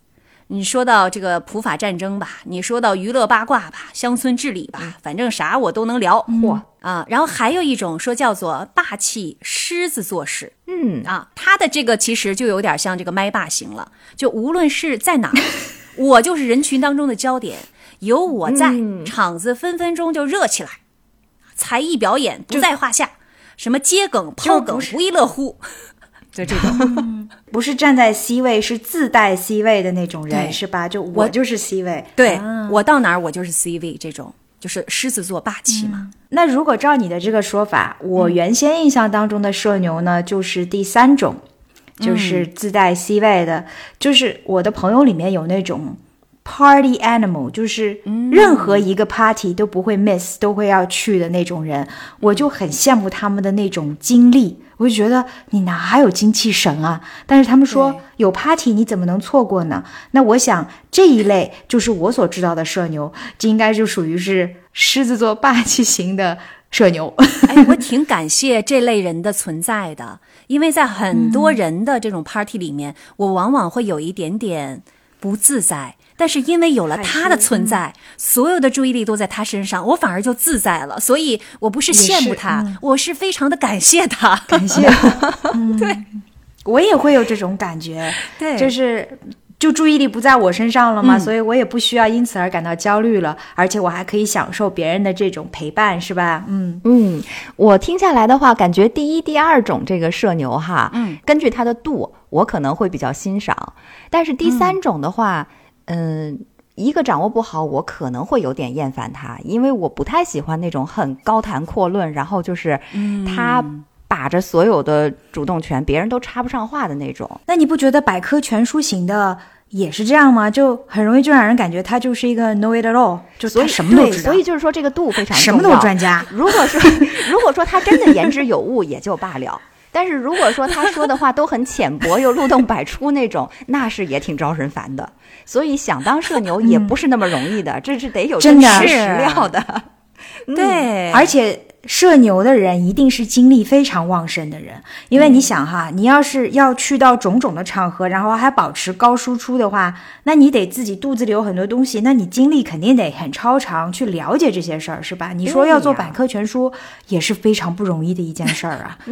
你说到这个普法战争吧，你说到娱乐八卦吧，乡村治理吧，反正啥我都能聊。然后还有一种说叫做霸气狮子座式。他的这个其实就有点像这个麦霸型了，就无论是在哪儿，我就是人群当中的焦点，有我在，场子分分钟就热起来，才艺表演不在话下，什么接梗抛梗不亦乐乎。就这种不是站在 C 位，是自带 C 位的那种人，是吧？就我就是 C 位， 对，我到哪儿我就是 C 位，这种就是狮子座霸气嘛。 那如果照你的这个说法，我原先印象当中的社牛呢，就是第三种，就是自带 C 位的，就是我的朋友里面有那种 party animal， 就是任何一个 party 都不会 miss， 都会要去的那种人，我就很羡慕他们的那种精力。我就觉得你哪有精气神啊？但是他们说有 party 你怎么能错过呢？那我想这一类就是我所知道的社牛，这应该就属于是狮子座霸气型的社牛。 我挺感谢这类人的存在的，因为在很多人的这种 party 里面，我往往会有一点点不自在。但是因为有了他的存在，所有的注意力都在他身上，我反而就自在了。所以我不是羡慕他，我是非常的感谢他， 感谢对， 我也会有这种感觉， 对， 就注意力不在我身上了嘛，所以我也不需要因此而感到焦虑了，而且我还可以享受别人的这种陪伴，是吧？ 我听下来的话，感觉第一、第二种这个社牛哈，根据它的度，我可能会比较欣赏，但是第三种的话，一个掌握不好，我可能会有点厌烦他，因为我不太喜欢那种很高谈阔论，然后就是他把着所有的主动权，别人都插不上话的那种。 那你不觉得百科全书型的也是这样吗？就很容易就让人感觉他就是一个 know it all， 就他什么都知道。 所以就是说这个度非常重要， 什么都专家。 如果说他真的言之有物也就罢了。但是如果说他说的话都很浅薄又漏洞百出那种，那是也挺招人烦的。所以想当社牛也不是那么容易的，这是得有真实料的。 对， 而且社牛的人一定是精力非常旺盛的人，因为你想哈，你要是要去到种种的场合，然后还保持高输出的话，那你得自己肚子里有很多东西，那你精力肯定得很超常去了解这些事儿，是吧？你说要做百科全书也是非常不容易的一件事儿啊。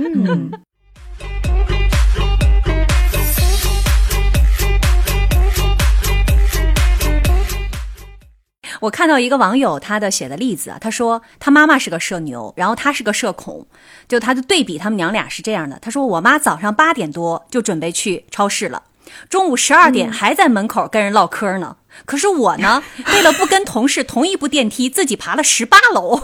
我看到一个网友他的写的例子啊，他说他妈妈是个社牛，然后他是个社恐，就他的对比他们娘俩是这样的。他说我妈早上8点多就准备去超市了，中午12点还在门口跟人唠嗑呢。可是我呢，为了不跟同事同一部电梯，自己爬了18楼。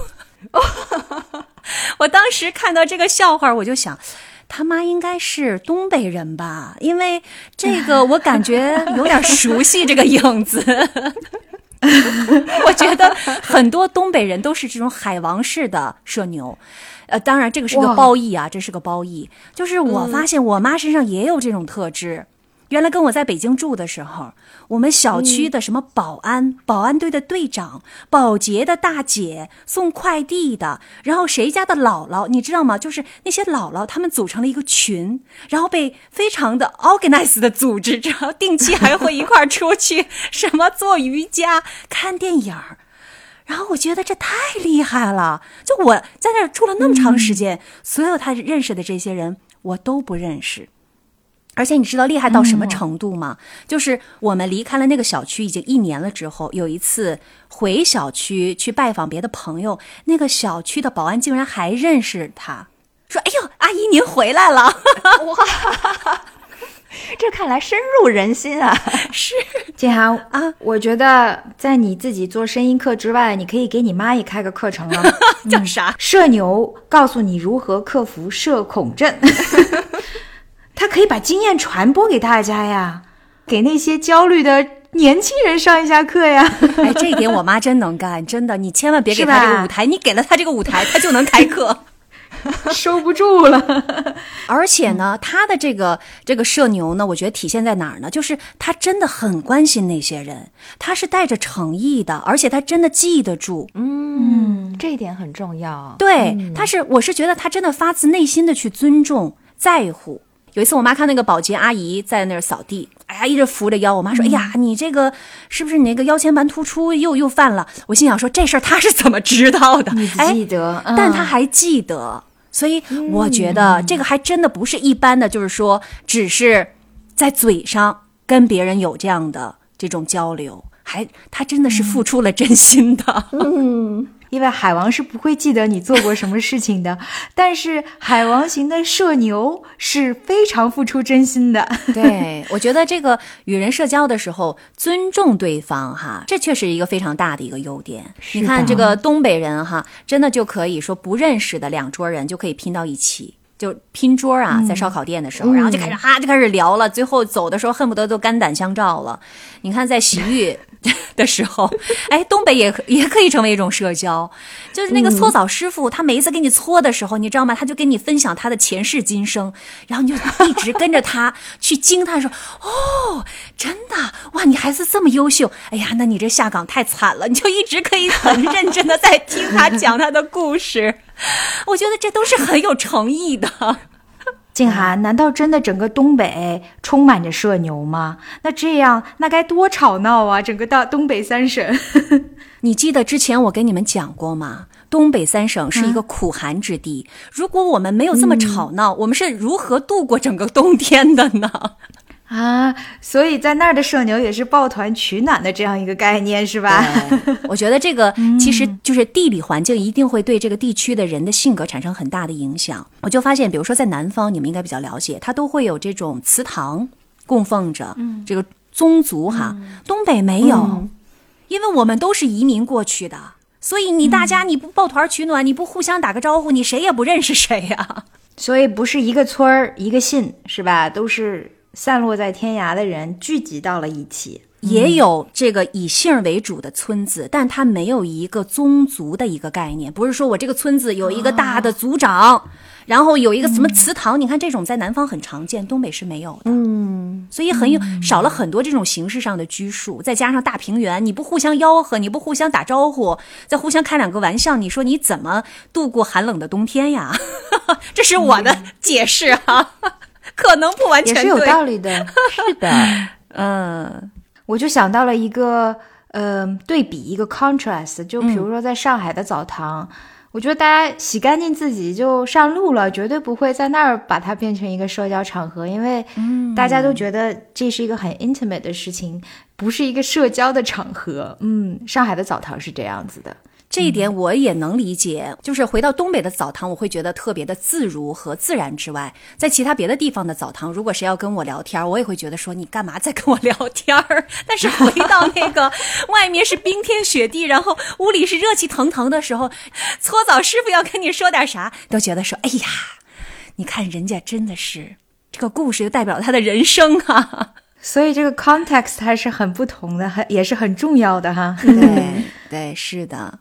我当时看到这个笑话，我就想他妈应该是东北人吧，因为这个我感觉有点熟悉这个影子。我觉得很多东北人都是这种海王式的社牛，当然这个是个褒义啊，这是个褒义。就是我发现我妈身上也有这种特质。原来跟我在北京住的时候，我们小区的什么保安队的队长、保洁的大姐、送快递的，然后谁家的姥姥，你知道吗？就是那些姥姥他们组成了一个群，然后被非常的 organized 的组织，然后定期还会一块儿出去什么做瑜伽、看电影。然后我觉得这太厉害了，就我在那儿住了那么长时间，所有他认识的这些人我都不认识。而且你知道厉害到什么程度吗？就是我们离开了那个小区已经1年了之后，有一次回小区去拜访别的朋友，那个小区的保安竟然还认识他，说哎呦阿姨您回来了。 哇，这看来深入人心啊。 是建涵啊，我觉得在你自己做声音课之外，你可以给你妈也开个课程了。 叫啥？ 社牛告诉你如何克服社恐症。他可以把经验传播给大家呀，给那些焦虑的年轻人上一下课呀。 哎，这一点我妈真能干，真的，你千万别给他这个舞台，你给了他这个舞台，他就能开课。 收不住了。 而且呢，他的这个社牛呢，我觉得体现在哪儿呢？就是他真的很关心那些人，他是带着诚意的，而且他真的记得住。 这一点很重要。 对，我是觉得他真的发自内心的去尊重、在乎。 有一次我妈看那个保洁阿姨在那儿扫地，哎呀，一直扶着腰，我妈说，哎呀，你这个是不是你那个腰间盘突出又犯了？我心想说，这事儿她是怎么知道的？ 你记得， 但她还记得，所以我觉得这个还真的不是一般的，就是说只是在嘴上跟别人有这样的这种交流，她真的是付出了真心的。 因为海王是不会记得你做过什么事情的，但是海王型的社牛是非常付出真心的。 对，我觉得这个与人社交的时候尊重对方哈，这确实一个非常大的一个优点。你看这个东北人哈，真的就可以说不认识的两桌人就可以拼到一起，就拼桌啊，在烧烤店的时候，然后就开始聊了，最后走的时候恨不得都肝胆相照了。你看在洗浴的时候，哎，东北也可以成为一种社交，就是那个搓澡师傅，他每一次给你搓的时候，你知道吗？他就跟你分享他的前世今生，然后你就一直跟着他去惊叹说，哦，真的哇，你孩子这么优秀，哎呀，那你这下岗太惨了，你就一直可以很认真的在听他讲他的故事。我觉得这都是很有诚意的。 静涵，难道真的整个东北充满着社牛吗？那这样那该多吵闹啊，整个东北三省。 你记得之前我跟你们讲过吗？东北三省是一个苦寒之地，如果我们没有这么吵闹，我们是如何度过整个冬天的呢？ 啊，所以在那儿的社牛也是抱团取暖的这样一个概念，是吧？ 我觉得这个其实就是地理环境一定会对这个地区的人的性格产生很大的影响。我就发现，比如说在南方，你们应该比较了解，它都会有这种祠堂供奉着这个宗族哈。东北没有，因为我们都是移民过去的，所以大家你不抱团取暖，你不互相打个招呼，你谁也不认识谁呀。 所以不是一个村儿一个姓，是吧？都是散落在天涯的人聚集到了一起。 也有这个以姓为主的村子，但它没有一个宗族的一个概念，不是说我这个村子有一个大的族长，然后有一个什么祠堂，你看这种在南方很常见，东北是没有的。所以少了很多这种形式上的拘束，再加上大平原，你不互相吆喝，你不互相打招呼，再互相开两个玩笑，你说你怎么度过寒冷的冬天呀？这是我的解释啊。可能不完全对， 也是有道理的。是的，我就想到了一个对比，一个 contrast， 就比如说在上海的澡堂，我觉得大家洗干净自己就上路了，绝对不会在那儿把它变成一个社交场合，因为大家都觉得这是一个很 intimate 的事情，不是一个社交的场合。上海的澡堂是这样子的。 这一点我也能理解，就是回到东北的澡堂，我会觉得特别的自如和自然之外，在其他别的地方的澡堂，如果谁要跟我聊天，我也会觉得说你干嘛在跟我聊天儿？但是回到那个外面是冰天雪地，然后屋里是热气腾腾的时候，搓澡师傅要跟你说点啥，都觉得说，哎呀，你看人家真的是这个故事就代表他的人生啊。 所以这个 context 还是很不同的，也是很重要的哈。 对，是的。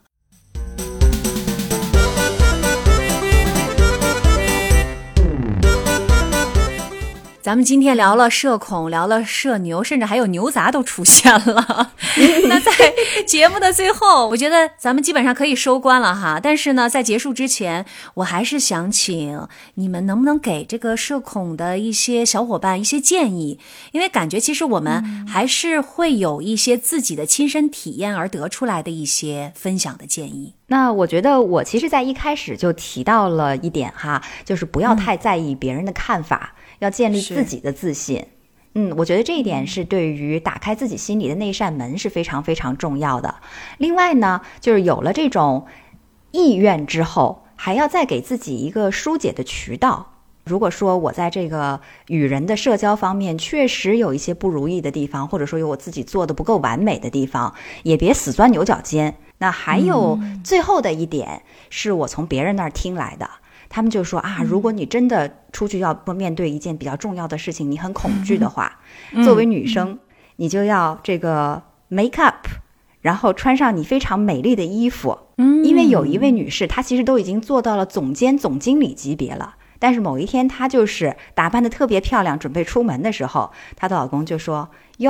咱们今天聊了社恐，聊了社牛，甚至还有牛杂都出现了。那在节目的最后，我觉得咱们基本上可以收官了哈。但是呢，在结束之前，我还是想请你们能不能给这个社恐的一些小伙伴一些建议，因为感觉其实我们还是会有一些自己的亲身体验而得出来的一些分享的建议。 那我觉得我其实在一开始就提到了一点哈，就是不要太在意别人的看法，要建立自己的自信。我觉得这一点是对于打开自己心里的那扇门是非常非常重要的。另外呢，就是有了这种意愿之后，还要再给自己一个疏解的渠道。如果说我在这个与人的社交方面确实有一些不如意的地方，或者说有我自己做的不够完美的地方，也别死钻牛角尖。那还有最后的一点是我从别人那儿听来的，他们就说啊，如果你真的出去要面对一件比较重要的事情，你很恐惧的话，作为女生，你就要这个 make up， 然后穿上你非常美丽的衣服。因为有一位女士，她其实都已经做到了总监、总经理级别了，但是某一天她就是打扮得特别漂亮，准备出门的时候，她的老公就说：哟，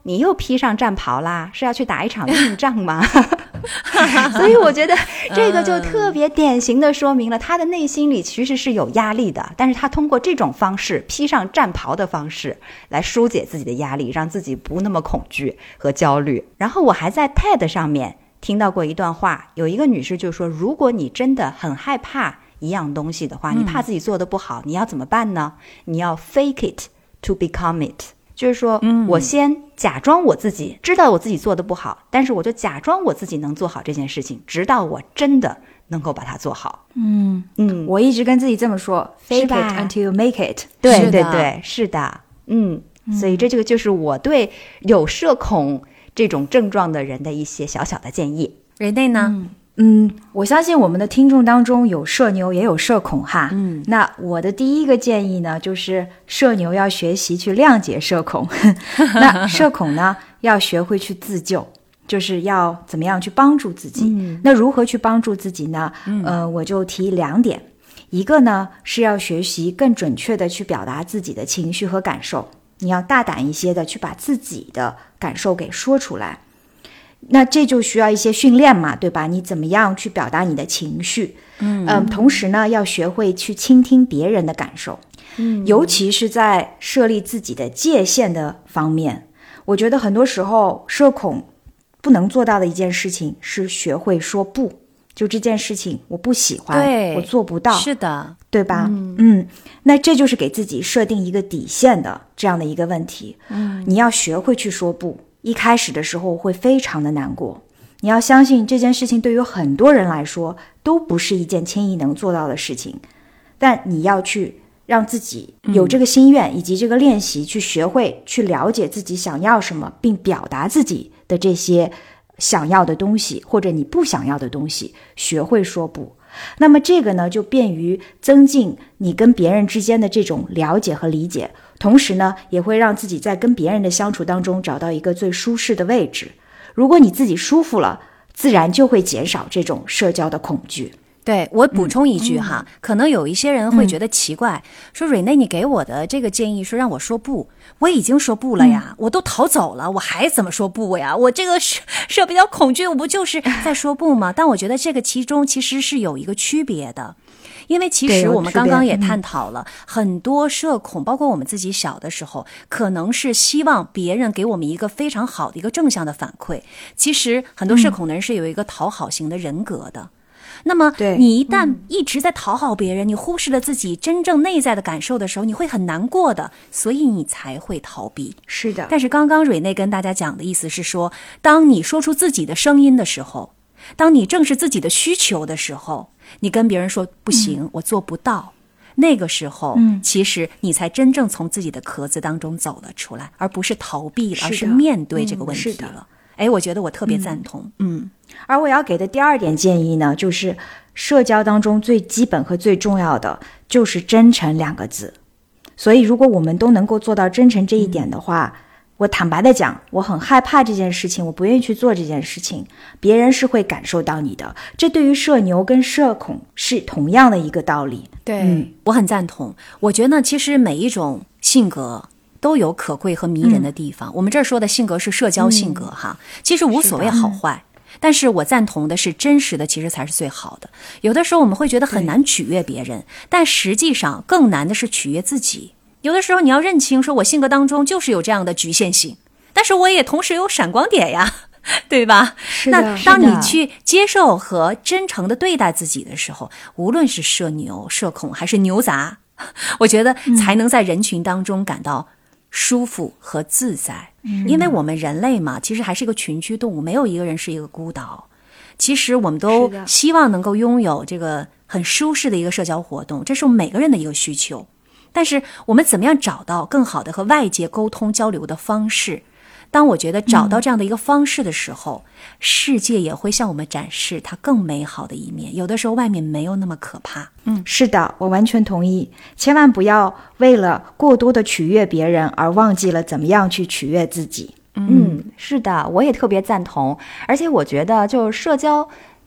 你又披上战袍啦，是要去打一场硬仗吗？所以我觉得这个就特别典型的说明了他的内心里其实是有压力的，但是他通过这种方式，披上战袍的方式来疏解自己的压力，让自己不那么恐惧和焦虑。然后我还在 TED 上面听到过一段话，有一个女士就说，如果你真的很害怕一样东西的话，你怕自己做得不好，你要怎么办呢？你要 fake it to become it， 就是说我先假装我自己知道我自己做得不好，但是我就假装我自己能做好这件事情，直到我真的能够把它做好。 我一直跟自己这么说 fake it until you make it。 对对对，是的。所以这个就是我对有社恐这种症状的人的一些小小的建议。 瑞内呢？ 我相信我们的听众当中有社牛也有社恐哈。那我的第一个建议呢，就是社牛要学习去谅解社恐那社恐呢要学会去自救，就是要怎么样去帮助自己。那如何去帮助自己呢？我就提2点。一个呢是要学习更准确的去表达自己的情绪和感受，你要大胆一些的去把自己的感受给说出来。那这就需要一些训练嘛，对吧？你怎么样去表达你的情绪？同时呢，要学会去倾听别人的感受。尤其是在设立自己的界限的方面，我觉得很多时候社恐不能做到的一件事情是学会说不。就这件事情我不喜欢，我做不到， 是的， 对吧？那这就是给自己设定一个底线的这样的一个问题。你要学会去说不。一开始的时候会非常的难过，你要相信这件事情对于很多人来说都不是一件轻易能做到的事情，但你要去让自己有这个心愿以及这个练习，去学会去了解自己想要什么，并表达自己的这些想要的东西或者你不想要的东西，学会说不。那么这个呢就便于增进你跟别人之间的这种了解和理解，同时呢也会让自己在跟别人的相处当中找到一个最舒适的位置。如果你自己舒服了，自然就会减少这种社交的恐惧。 对，我补充一句哈，可能有一些人会觉得奇怪，说瑞内你给我的这个建议说让我说不，我已经说不了呀，我都逃走了，我还怎么说不呀？我这个社比较恐惧，我不就是在说不吗？但我觉得这个其中其实是有一个区别的。因为其实我们刚刚也探讨了很多社恐，包括我们自己小的时候，可能是希望别人给我们一个非常好的一个正向的反馈。其实很多社恐的人是有一个讨好型的人格的。那么你一旦一直在讨好别人，你忽视了自己真正内在的感受的时候，你会很难过的，所以你才会逃避。 是的。 但是刚刚瑞内跟大家讲的意思是说，当你说出自己的声音的时候，当你正视自己的需求的时候，你跟别人说不行，我做不到，那个时候其实你才真正从自己的壳子当中走了出来，而不是逃避了，而是面对这个问题了。我觉得我特别赞同。 而我要给的第2点建议呢，就是社交当中最基本和最重要的就是真诚2个字。所以如果我们都能够做到真诚这一点的话，我坦白的讲，我很害怕这件事情，我不愿意去做这件事情，别人是会感受到你的。这对于社牛跟社恐是同样的一个道理。 对，我很赞同。我觉得呢，其实每一种性格都有可贵和迷人的地方。我们这儿说的性格是社交性格哈，其实无所谓好坏。但是我赞同的是真实的其实才是最好的。有的时候我们会觉得很难取悦别人，但实际上更难的是取悦自己。有的时候你要认清说我性格当中就是有这样的局限性，但是我也同时有闪光点呀，对吧？那当你去接受和真诚的对待自己的时候，无论是社牛、社恐还是牛杂，我觉得才能在人群当中感到舒服和自在。因为我们人类嘛，其实还是一个群居动物，没有一个人是一个孤岛。其实我们都希望能够拥有这个很舒适的一个社交活动，这是我们每个人的一个需求。但是我们怎么样找到更好的和外界沟通交流的方式？当我觉得找到这样的一个方式的时候，世界也会向我们展示它更美好的一面。有的时候外面没有那么可怕。 是的，我完全同意。千万不要为了过多的取悦别人而忘记了怎么样去取悦自己。 是的，我也特别赞同。而且我觉得就社交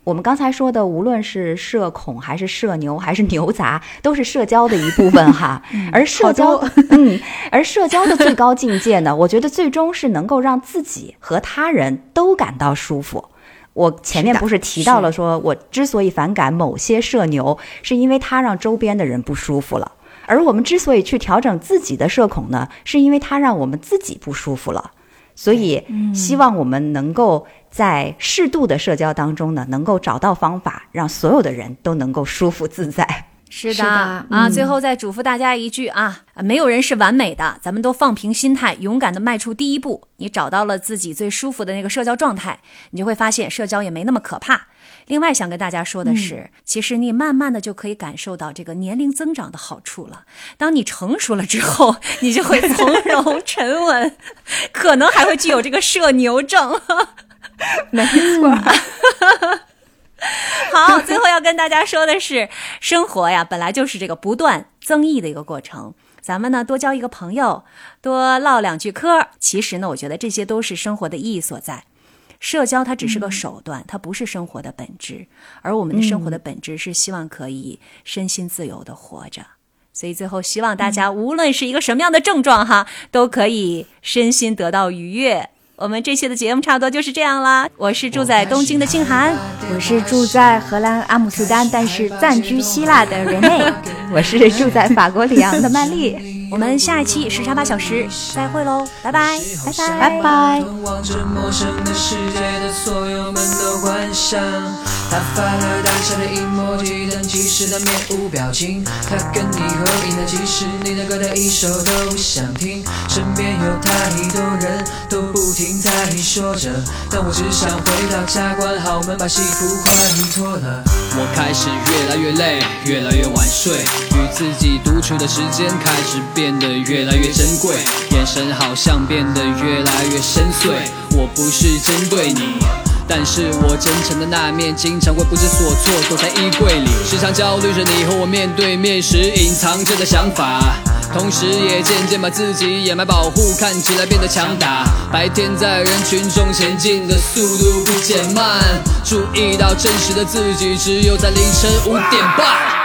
我们刚才说的，无论是社恐还是社牛还是牛杂，都是社交的一部分哈。而社交的最高境界呢，我觉得最终是能够让自己和他人都感到舒服。我前面不是提到了说，我之所以反感某些社牛，是因为他让周边的人不舒服了。而我们之所以去调整自己的社恐呢，是因为他让我们自己不舒服了。所以希望我们能够在适度的社交当中呢，能够找到方法，让所有的人都能够舒服自在。 是的啊，最后再嘱咐大家一句啊，没有人是完美的，咱们都放平心态，勇敢的迈出第一步。你找到了自己最舒服的那个社交状态，你就会发现社交也没那么可怕。另外想跟大家说的是，其实你慢慢的就可以感受到这个年龄增长的好处了。当你成熟了之后，你就会从容沉稳，可能还会具有这个社牛症。 没错。 好，最后要跟大家说的是，生活呀本来就是这个不断增益的一个过程。咱们呢多交一个朋友，多唠两句嗑，其实呢我觉得这些都是生活的意义所在。社交它只是个手段，它不是生活的本质，而我们的生活的本质是希望可以身心自由的活着。所以最后希望大家无论是一个什么样的症状哈，都可以身心得到愉悦。我们这期的节目差不多就是这样啦。我是住在东京的静涵， 我是住在荷兰阿姆斯特丹但是暂居希腊的人内， 我是住在法国里昂的曼丽。 我们下一期时差8小时再会喽，拜拜拜拜拜拜。 望着陌生的世界的所有们的幻想，他发了当下的 emoji， 但其实他面无表情。他跟你合影的，其实你的歌他一首都不想听。身边有太多人都不停在说着，但我只想回到家，关好门，把西服快脱了。我开始越来越累，越来越晚睡，与自己独处的时间开始变得越来越珍贵，眼神好像变得越来越深邃。我不是针对你，但是我真诚的那面经常会不知所措，躲在衣柜里，时常焦虑着你和我面对面时隐藏着的想法，同时也渐渐把自己掩埋保护，看起来变得强大。白天在人群中前进的速度不减慢，注意到真实的自己只有在凌晨5点半。